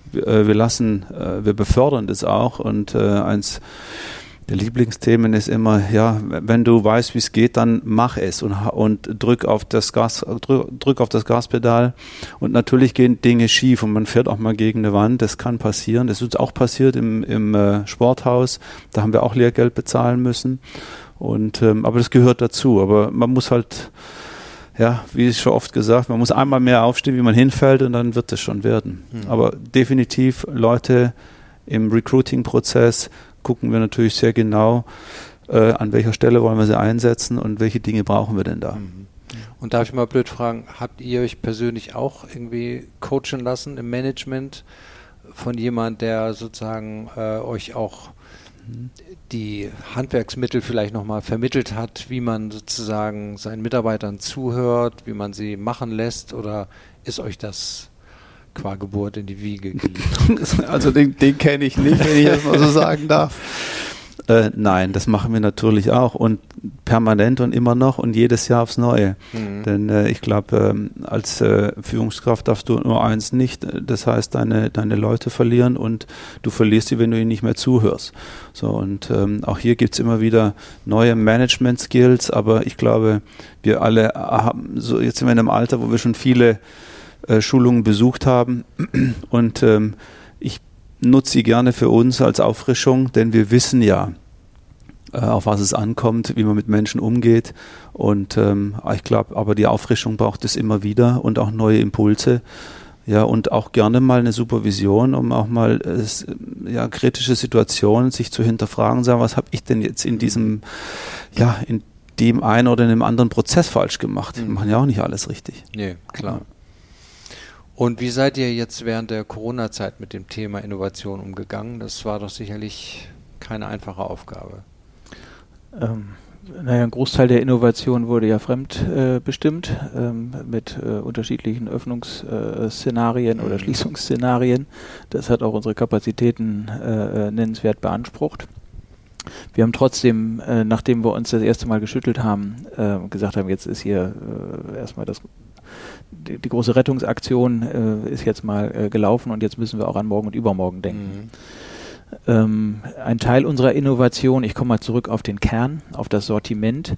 Wir befördern das auch und eins der Lieblingsthemen ist immer, ja, wenn du weißt, wie es geht, dann mach es und drück auf das Gaspedal. Und natürlich gehen Dinge schief und man fährt auch mal gegen eine Wand. Das kann passieren. Das ist uns auch passiert im Sporthaus. Da haben wir auch Lehrgeld bezahlen müssen. Und aber das gehört dazu. Aber man muss halt, ja, wie schon oft gesagt, man muss einmal mehr aufstehen, wie man hinfällt, und dann wird es schon werden. Aber definitiv Leute im Recruiting-Prozess gucken wir natürlich sehr genau, an welcher Stelle wollen wir sie einsetzen und welche Dinge brauchen wir denn da. Und darf ich mal blöd fragen, habt ihr euch persönlich auch irgendwie coachen lassen im Management von jemand, der sozusagen euch auch die Handwerksmittel vielleicht nochmal vermittelt hat, wie man sozusagen seinen Mitarbeitern zuhört, wie man sie machen lässt, oder ist euch das qua Geburt in die Wiege gelegt? Also den kenne ich nicht, wenn ich das mal so sagen darf. Nein, das machen wir natürlich auch und permanent und immer noch und jedes Jahr aufs Neue. Denn ich glaube, als Führungskraft darfst du nur eins nicht, das heißt deine Leute verlieren, und du verlierst sie, wenn du ihnen nicht mehr zuhörst. So, und auch hier gibt es immer wieder neue Management-Skills, aber ich glaube, wir alle haben, so jetzt sind wir in einem Alter, wo wir schon viele Schulungen besucht haben, und ich nutze sie gerne für uns als Auffrischung, denn wir wissen ja, auf was es ankommt, wie man mit Menschen umgeht, und ich glaube, aber die Auffrischung braucht es immer wieder und auch neue Impulse, ja, und auch gerne mal eine Supervision, um auch mal kritische Situationen sich zu hinterfragen, sagen, was habe ich denn jetzt in diesem, in dem einen oder in dem anderen Prozess falsch gemacht? Wir machen ja auch nicht alles richtig. Nee, klar. Und wie seid ihr jetzt während der Corona-Zeit mit dem Thema Innovation umgegangen? Das war doch sicherlich keine einfache Aufgabe. Ein Großteil der Innovation wurde ja fremdbestimmt mit unterschiedlichen Öffnungsszenarien oder Schließungsszenarien. Das hat auch unsere Kapazitäten nennenswert beansprucht. Wir haben trotzdem, nachdem wir uns das erste Mal geschüttelt haben, gesagt haben, jetzt ist hier erstmal die große Rettungsaktion ist jetzt mal gelaufen und jetzt müssen wir auch an morgen und übermorgen denken. Ein Teil unserer Innovation, ich komme mal zurück auf den Kern, auf das Sortiment,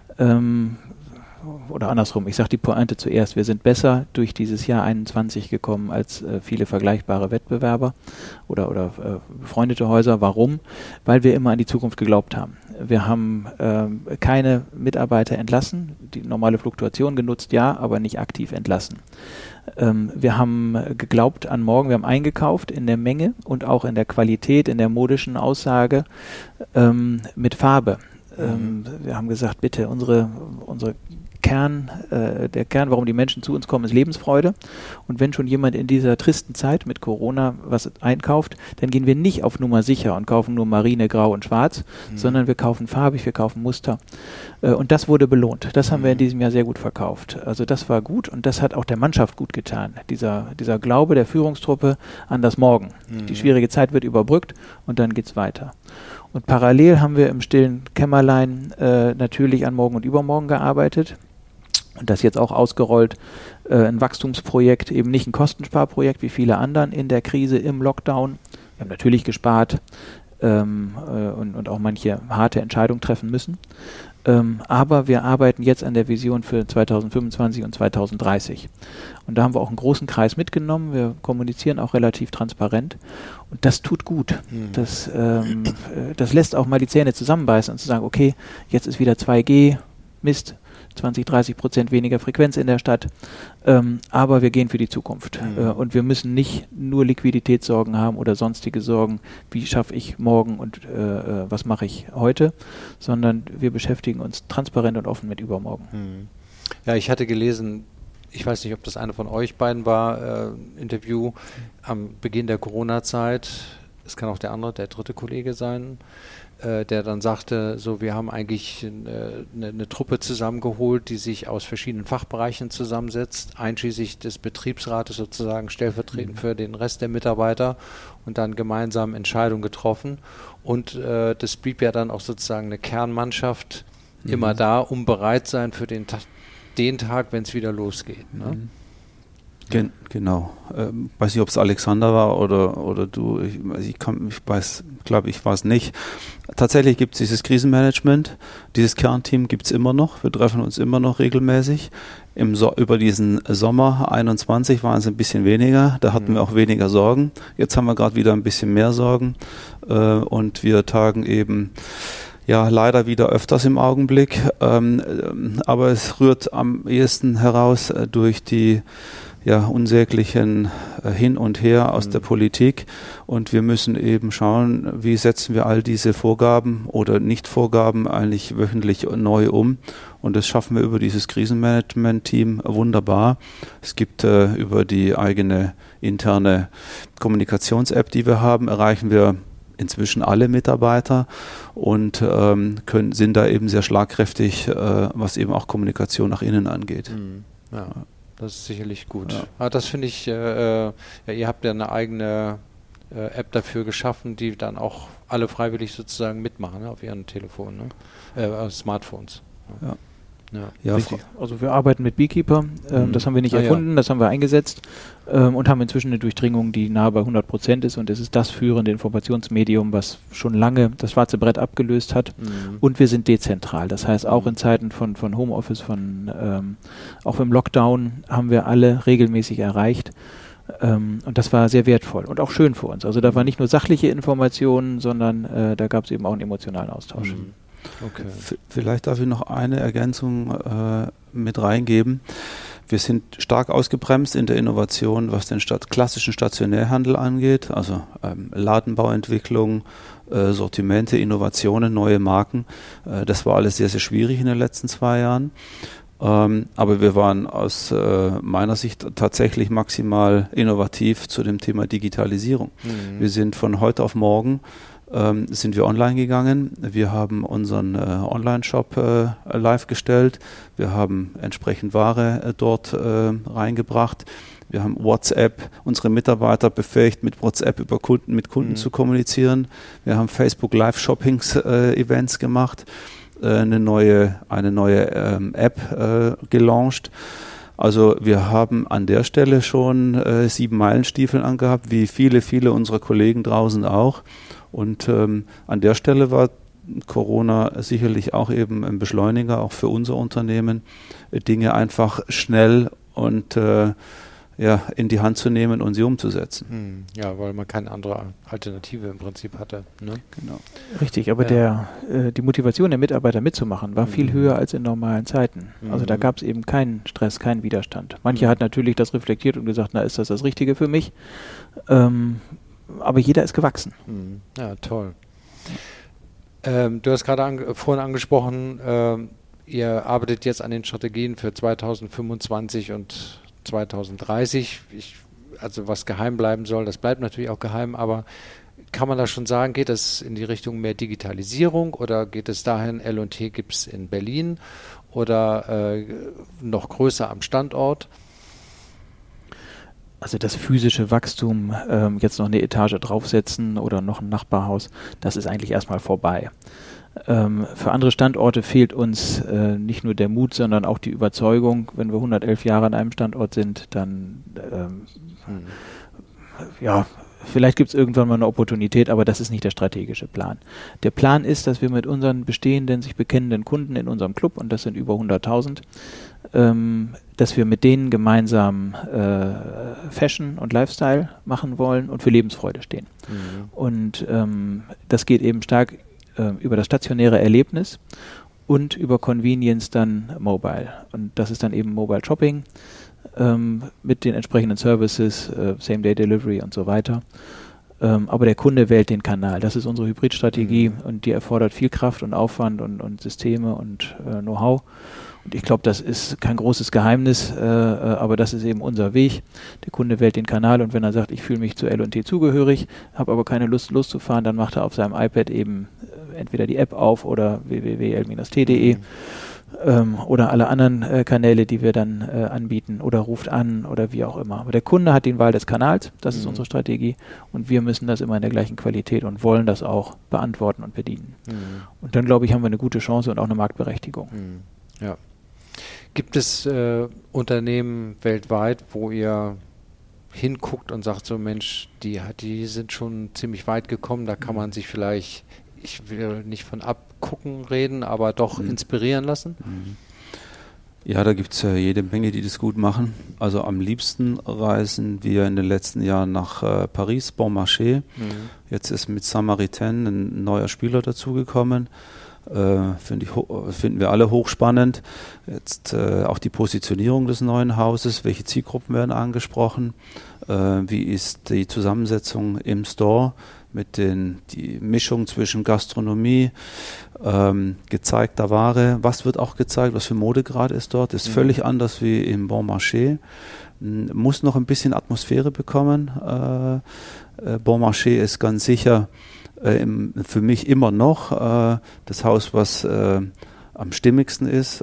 oder andersrum, ich sage die Pointe zuerst, wir sind besser durch dieses Jahr 21 gekommen als viele vergleichbare Wettbewerber oder befreundete Häuser. Warum? Weil wir immer an die Zukunft geglaubt haben. Wir haben keine Mitarbeiter entlassen, die normale Fluktuation genutzt, ja, aber nicht aktiv entlassen. Wir haben geglaubt an morgen, wir haben eingekauft in der Menge und auch in der Qualität, in der modischen Aussage mit Farbe. Wir haben gesagt, bitte, unsere der Kern, warum die Menschen zu uns kommen, ist Lebensfreude. Und wenn schon jemand in dieser tristen Zeit mit Corona was einkauft, dann gehen wir nicht auf Nummer sicher und kaufen nur Marine, Grau und Schwarz, sondern wir kaufen farbig, wir kaufen Muster. Und das wurde belohnt. Das haben wir in diesem Jahr sehr gut verkauft. Also das war gut und das hat auch der Mannschaft gut getan. Dieser Glaube der Führungstruppe an das Morgen. Die schwierige Zeit wird überbrückt und dann geht's weiter. Und parallel haben wir im stillen Kämmerlein natürlich an morgen und übermorgen gearbeitet. Und das jetzt auch ausgerollt, ein Wachstumsprojekt, eben nicht ein Kostensparprojekt wie viele anderen in der Krise, im Lockdown. Wir haben natürlich gespart und auch manche harte Entscheidungen treffen müssen. Aber wir arbeiten jetzt an der Vision für 2025 und 2030. Und da haben wir auch einen großen Kreis mitgenommen. Wir kommunizieren auch relativ transparent. Und das tut gut. Das lässt auch mal die Zähne zusammenbeißen und zu sagen, okay, jetzt ist wieder 2G, Mist, 20-30% weniger Frequenz in der Stadt, aber wir gehen für die Zukunft. Und wir müssen nicht nur Liquiditätssorgen haben oder sonstige Sorgen, wie schaffe ich morgen und was mache ich heute, sondern wir beschäftigen uns transparent und offen mit übermorgen. Ja, ich hatte gelesen, ich weiß nicht, ob das einer von euch beiden war, Interview am Beginn der Corona-Zeit, es kann auch der dritte Kollege sein, der dann sagte, so, wir haben eigentlich eine Truppe zusammengeholt, die sich aus verschiedenen Fachbereichen zusammensetzt, einschließlich des Betriebsrates sozusagen, stellvertretend für den Rest der Mitarbeiter und dann gemeinsam Entscheidungen getroffen. Und das blieb ja dann auch sozusagen eine Kernmannschaft immer da, um bereit sein für den Tag, wenn es wieder losgeht. Ne? Genau. Weiß nicht, ob es Alexander war oder du. Ich glaube, ich war es nicht. Tatsächlich gibt es dieses Krisenmanagement. Dieses Kernteam gibt es immer noch. Wir treffen uns immer noch regelmäßig. Über diesen Sommer 21 waren es ein bisschen weniger. Da hatten wir auch weniger Sorgen. Jetzt haben wir gerade wieder ein bisschen mehr Sorgen. Und wir tagen eben leider wieder öfters im Augenblick. Aber es rührt am ehesten heraus durch die unsäglichen Hin und Her aus der Politik, und wir müssen eben schauen, wie setzen wir all diese Vorgaben oder Nicht-Vorgaben eigentlich wöchentlich neu um, und das schaffen wir über dieses Krisenmanagement-Team wunderbar. Es gibt über die eigene interne Kommunikations-App, die wir haben, erreichen wir inzwischen alle Mitarbeiter und sind da eben sehr schlagkräftig, was eben auch Kommunikation nach innen angeht. Ja. Das ist sicherlich gut. Ja. Das finde ich, ihr habt ja eine eigene App dafür geschaffen, die dann auch alle freiwillig sozusagen mitmachen, ne, auf ihren Telefonen, Smartphones. Ja, richtig. Also wir arbeiten mit Beekeeper, das haben wir nicht erfunden, das haben wir eingesetzt und haben inzwischen eine Durchdringung, die nahe bei 100% ist, und es ist das führende Informationsmedium, was schon lange das schwarze Brett abgelöst hat, und wir sind dezentral. Das heißt, auch in Zeiten von Homeoffice, auch im Lockdown haben wir alle regelmäßig erreicht. Und das war sehr wertvoll und auch schön für uns. Also da war nicht nur sachliche Informationen, sondern da gab es eben auch einen emotionalen Austausch. Okay. Vielleicht darf ich noch eine Ergänzung mit reingeben. Wir sind stark ausgebremst in der Innovation, was den klassischen Stationärhandel angeht, also Ladenbauentwicklung, Sortimente, Innovationen, neue Marken. Das war alles sehr, sehr schwierig in den letzten 2 Jahren. Aber wir waren aus meiner Sicht tatsächlich maximal innovativ zu dem Thema Digitalisierung. Wir sind von heute auf morgen sind wir online gegangen. Wir haben unseren Online-Shop live gestellt. Wir haben entsprechend Ware dort reingebracht. Wir haben WhatsApp, unsere Mitarbeiter befähigt, mit WhatsApp mit Kunden zu kommunizieren. Wir haben Facebook Live-Shoppings-Events gemacht, eine neue App gelauncht. Also wir haben an der Stelle schon 7 Meilenstiefel angehabt, wie viele unserer Kollegen draußen auch. Und an der Stelle war Corona sicherlich auch eben ein Beschleuniger, auch für unser Unternehmen, Dinge einfach schnell und in die Hand zu nehmen und sie umzusetzen. Ja, weil man keine andere Alternative im Prinzip hatte. Ne? Genau. Richtig, aber die Motivation der Mitarbeiter mitzumachen war viel höher als in normalen Zeiten. Also da gab es eben keinen Stress, keinen Widerstand. Manche hat natürlich das reflektiert und gesagt, na, ist das Richtige für mich? Aber jeder ist gewachsen. Ja, toll. Du hast gerade vorhin angesprochen, ihr arbeitet jetzt an den Strategien für 2025 und 2030. Also was geheim bleiben soll, das bleibt natürlich auch geheim, aber kann man da schon sagen, geht es in die Richtung mehr Digitalisierung oder geht es dahin, L&T gibt es in Berlin oder noch größer am Standort? Also das physische Wachstum, jetzt noch eine Etage draufsetzen oder noch ein Nachbarhaus, das ist eigentlich erstmal vorbei. Für andere Standorte fehlt uns nicht nur der Mut, sondern auch die Überzeugung. Wenn wir 111 Jahre an einem Standort sind, dann vielleicht gibt es irgendwann mal eine Opportunität, aber das ist nicht der strategische Plan. Der Plan ist, dass wir mit unseren bestehenden, sich bekennenden Kunden in unserem Club, und das sind über 100.000, dass wir mit denen gemeinsam Fashion und Lifestyle machen wollen und für Lebensfreude stehen. Und das geht eben stark über das stationäre Erlebnis und über Convenience dann Mobile. Und das ist dann eben Mobile Shopping mit den entsprechenden Services, Same-Day-Delivery und so weiter. Aber der Kunde wählt den Kanal. Das ist unsere Hybridstrategie und die erfordert viel Kraft und Aufwand und Systeme und Know-how. Und ich glaube, das ist kein großes Geheimnis, aber das ist eben unser Weg. Der Kunde wählt den Kanal und wenn er sagt, ich fühle mich zu L&T zugehörig, habe aber keine Lust loszufahren, dann macht er auf seinem iPad eben entweder die App auf oder www.l-t.de oder alle anderen Kanäle, die wir dann anbieten oder ruft an oder wie auch immer. Aber der Kunde hat die Wahl des Kanals, das ist unsere Strategie und wir müssen das immer in der gleichen Qualität und wollen das auch beantworten und bedienen. Und dann, glaube ich, haben wir eine gute Chance und auch eine Marktberechtigung. Ja. Gibt es Unternehmen weltweit, wo ihr hinguckt und sagt so, Mensch, die sind schon ziemlich weit gekommen, da kann man sich vielleicht, ich will nicht von abgucken reden, aber doch inspirieren lassen? Ja, da gibt es jede Menge, die das gut machen. Also am liebsten reisen wir in den letzten Jahren nach Paris, Bon Marché. Jetzt ist mit Saint-Martin ein neuer Spieler dazugekommen. Finden wir alle hochspannend. Jetzt auch die Positionierung des neuen Hauses, welche Zielgruppen werden angesprochen, wie ist die Zusammensetzung im Store mit die Mischung zwischen Gastronomie, gezeigter Ware, was wird auch gezeigt, was für Mode gerade ist dort, ist völlig anders wie im Bon Marché, muss noch ein bisschen Atmosphäre bekommen. Bon Marché ist ganz sicher für mich immer noch das Haus, was am stimmigsten ist.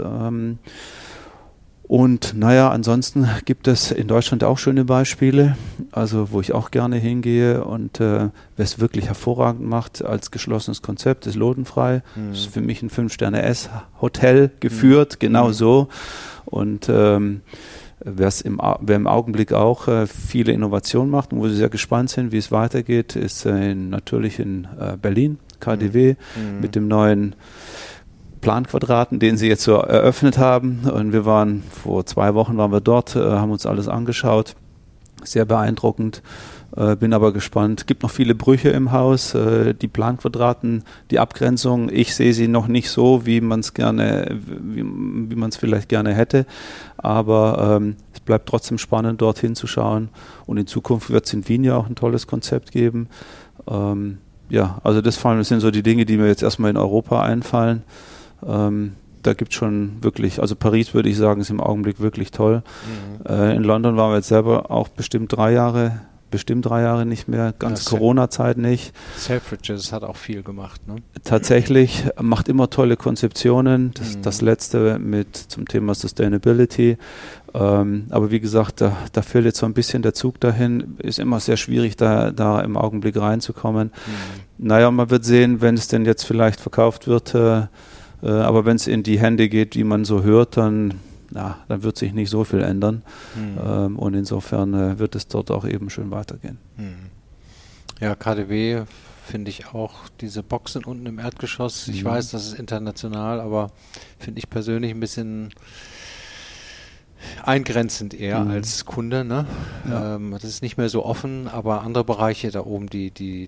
Und naja, ansonsten gibt es in Deutschland auch schöne Beispiele, also wo ich auch gerne hingehe und wer es wirklich hervorragend macht als geschlossenes Konzept, ist Lodenfrei. Das ist für mich ein 5-Sterne-S-Hotel geführt, genau so. Und wer im Augenblick auch viele Innovationen macht und wo sie sehr gespannt sind, wie es weitergeht, ist natürlich in Berlin, KaDeWe, mit dem neuen Planquadraten, den sie jetzt so eröffnet haben. Und vor 2 Wochen waren wir dort, haben uns alles angeschaut. Sehr beeindruckend. Bin aber gespannt. Gibt noch viele Brüche im Haus. Die Planquadraten, die Abgrenzung, ich sehe sie noch nicht so, wie man es vielleicht gerne hätte. Aber es bleibt trotzdem spannend, dort hinzuschauen. Und in Zukunft wird es in Wien ja auch ein tolles Konzept geben. Ja, also das sind so die Dinge, die mir jetzt erstmal in Europa einfallen. Da gibt es schon wirklich, also Paris würde ich sagen, ist im Augenblick wirklich toll. In London waren wir jetzt selber auch bestimmt 3 Jahre nicht mehr, ganz Corona-Zeit nicht. Selfridges hat auch viel gemacht, ne? Tatsächlich, macht immer tolle Konzeptionen, das letzte zum Thema Sustainability. Aber wie gesagt, da fehlt jetzt so ein bisschen der Zug dahin, ist immer sehr schwierig, da im Augenblick reinzukommen. Naja, man wird sehen, wenn es denn jetzt vielleicht verkauft wird, aber wenn es in die Hände geht, wie man so hört, dann wird sich nicht so viel ändern. Und insofern wird es dort auch eben schön weitergehen. Ja, KaDeWe finde ich auch, diese Boxen unten im Erdgeschoss, ich weiß, das ist international, aber finde ich persönlich ein bisschen eingrenzend eher als Kunde. Ne? Ja. Das ist nicht mehr so offen, aber andere Bereiche da oben, die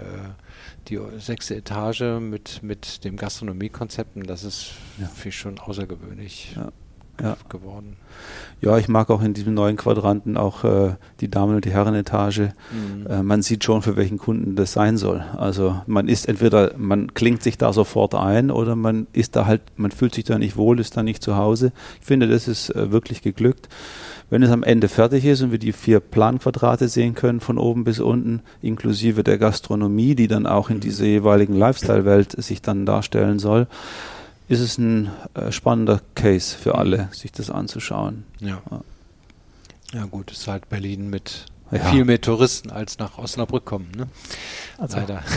6. Etage mit dem Gastronomiekonzepten, das ist für mich schon außergewöhnlich geworden. Ja, ich mag auch in diesem neuen Quadranten auch die Damen- und die Herrenetage. Man sieht schon, für welchen Kunden das sein soll. Also man klingt sich da sofort ein oder man fühlt sich da nicht wohl, ist da nicht zu Hause. Ich finde, das ist wirklich geglückt. Wenn es am Ende fertig ist und wir die 4 Planquadrate sehen können, von oben bis unten, inklusive der Gastronomie, die dann auch in dieser jeweiligen Lifestyle-Welt sich dann darstellen soll, ist es ein spannender Case für alle, sich das anzuschauen. Ja gut, es ist halt Berlin mit viel mehr Touristen, als nach Osnabrück kommen. Ne? Also leider.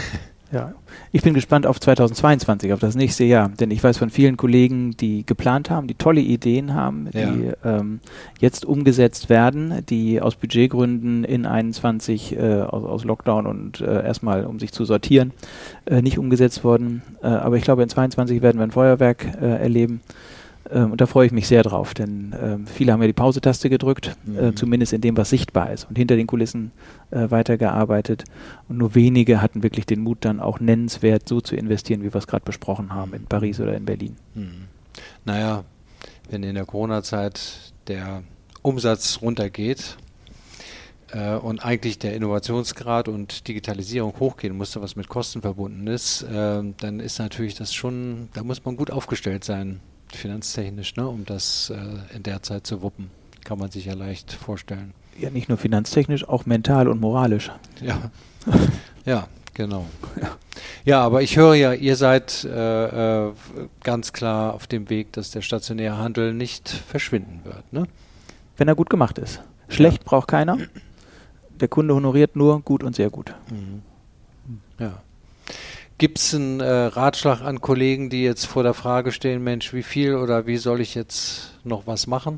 Ja, ich bin gespannt auf 2022, auf das nächste Jahr, denn ich weiß von vielen Kollegen, die geplant haben, die tolle Ideen haben, die jetzt umgesetzt werden, die aus Budgetgründen in 21 aus Lockdown und erstmal, um sich zu sortieren, nicht umgesetzt wurden. Aber ich glaube, in 22 werden wir ein Feuerwerk erleben. Und da freue ich mich sehr drauf, denn viele haben ja die Pause-Taste gedrückt, zumindest in dem, was sichtbar ist, und hinter den Kulissen weitergearbeitet. Und nur wenige hatten wirklich den Mut, dann auch nennenswert so zu investieren, wie wir es gerade besprochen haben, in Paris oder in Berlin. Naja, wenn in der Corona-Zeit der Umsatz runtergeht und eigentlich der Innovationsgrad und Digitalisierung hochgehen musste, was mit Kosten verbunden ist, dann ist natürlich das schon, da muss man gut aufgestellt sein, finanztechnisch, ne, um das in der Zeit zu wuppen. Kann man sich ja leicht vorstellen. Ja, nicht nur finanztechnisch, auch mental und moralisch. Ja, ja, genau. Ja, aber ich höre ja, ihr seid ganz klar auf dem Weg, dass der stationäre Handel nicht verschwinden wird, ne? Wenn er gut gemacht ist. Schlecht braucht keiner. Der Kunde honoriert nur gut und sehr gut. Ja. Gibt es einen Ratschlag an Kollegen, die jetzt vor der Frage stehen, Mensch, wie viel oder wie soll ich jetzt noch was machen?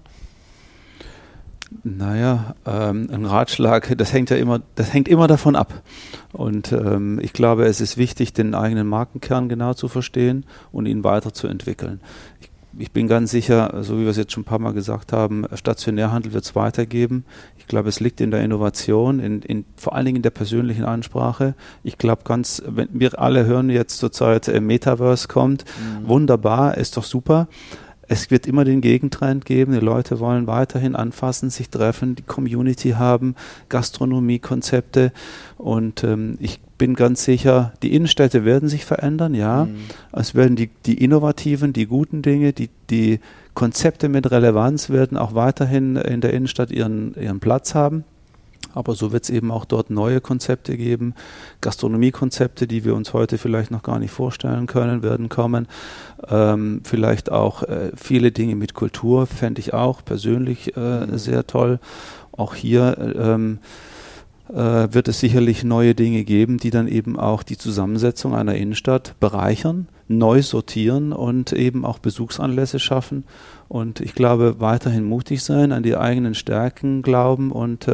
Naja, ein Ratschlag, das hängt immer davon ab. Und ich glaube, es ist wichtig, den eigenen Markenkern genau zu verstehen und ihn weiterzuentwickeln. Ich bin ganz sicher, so wie wir es jetzt schon ein paar Mal gesagt haben, Stationärhandel wird es weitergeben. Ich glaube, es liegt in der Innovation, vor allen Dingen in der persönlichen Ansprache. Ich glaube wir alle hören jetzt zurzeit, Metaverse kommt, wunderbar, ist doch super. Es wird immer den Gegentrend geben, die Leute wollen weiterhin anfassen, sich treffen, die Community haben, Gastronomiekonzepte, und ich bin ganz sicher, die Innenstädte werden sich verändern, ja. Es werden die innovativen, die guten Dinge, die Konzepte mit Relevanz werden auch weiterhin in der Innenstadt ihren Platz haben. Aber so wird es eben auch dort neue Konzepte geben, Gastronomiekonzepte, die wir uns heute vielleicht noch gar nicht vorstellen können, werden kommen. Vielleicht auch viele Dinge mit Kultur, fände ich auch persönlich sehr toll. Auch hier wird es sicherlich neue Dinge geben, die dann eben auch die Zusammensetzung einer Innenstadt bereichern, neu sortieren und eben auch Besuchsanlässe schaffen. Und ich glaube, weiterhin mutig sein, an die eigenen Stärken glauben, und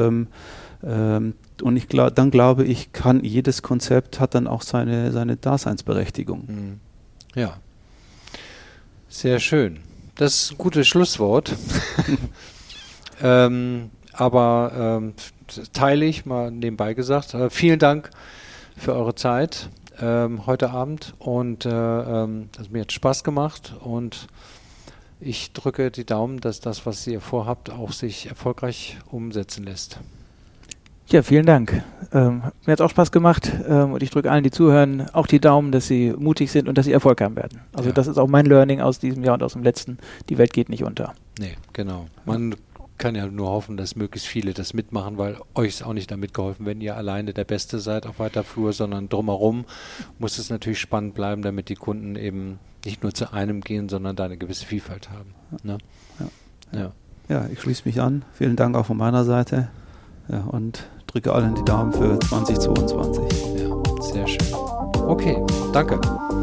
dann glaube ich, kann jedes Konzept hat dann auch seine Daseinsberechtigung. Ja, sehr schön. Das ist ein gutes Schlusswort. Aber teile ich mal nebenbei gesagt. Vielen Dank für eure Zeit heute Abend, und das mir hat Spaß gemacht, und ich drücke die Daumen, dass das, was ihr vorhabt, auch sich erfolgreich umsetzen lässt. Ja, vielen Dank. Mir hat es auch Spaß gemacht, und ich drücke allen, die zuhören, auch die Daumen, dass sie mutig sind und dass sie Erfolg haben werden. Also das ist auch mein Learning aus diesem Jahr und aus dem letzten. Die Welt geht nicht unter. Nee, genau. Man kann ja nur hoffen, dass möglichst viele das mitmachen, weil euch ist auch nicht damit geholfen, wenn ihr alleine der Beste seid auf weiter Flur, sondern drumherum muss es natürlich spannend bleiben, damit die Kunden eben nicht nur zu einem gehen, sondern da eine gewisse Vielfalt haben. Ne? Ja, ich schließe mich an. Vielen Dank auch von meiner Seite. Ja, und drücke allen die Daumen für 2022. Ja, sehr schön. Okay, danke.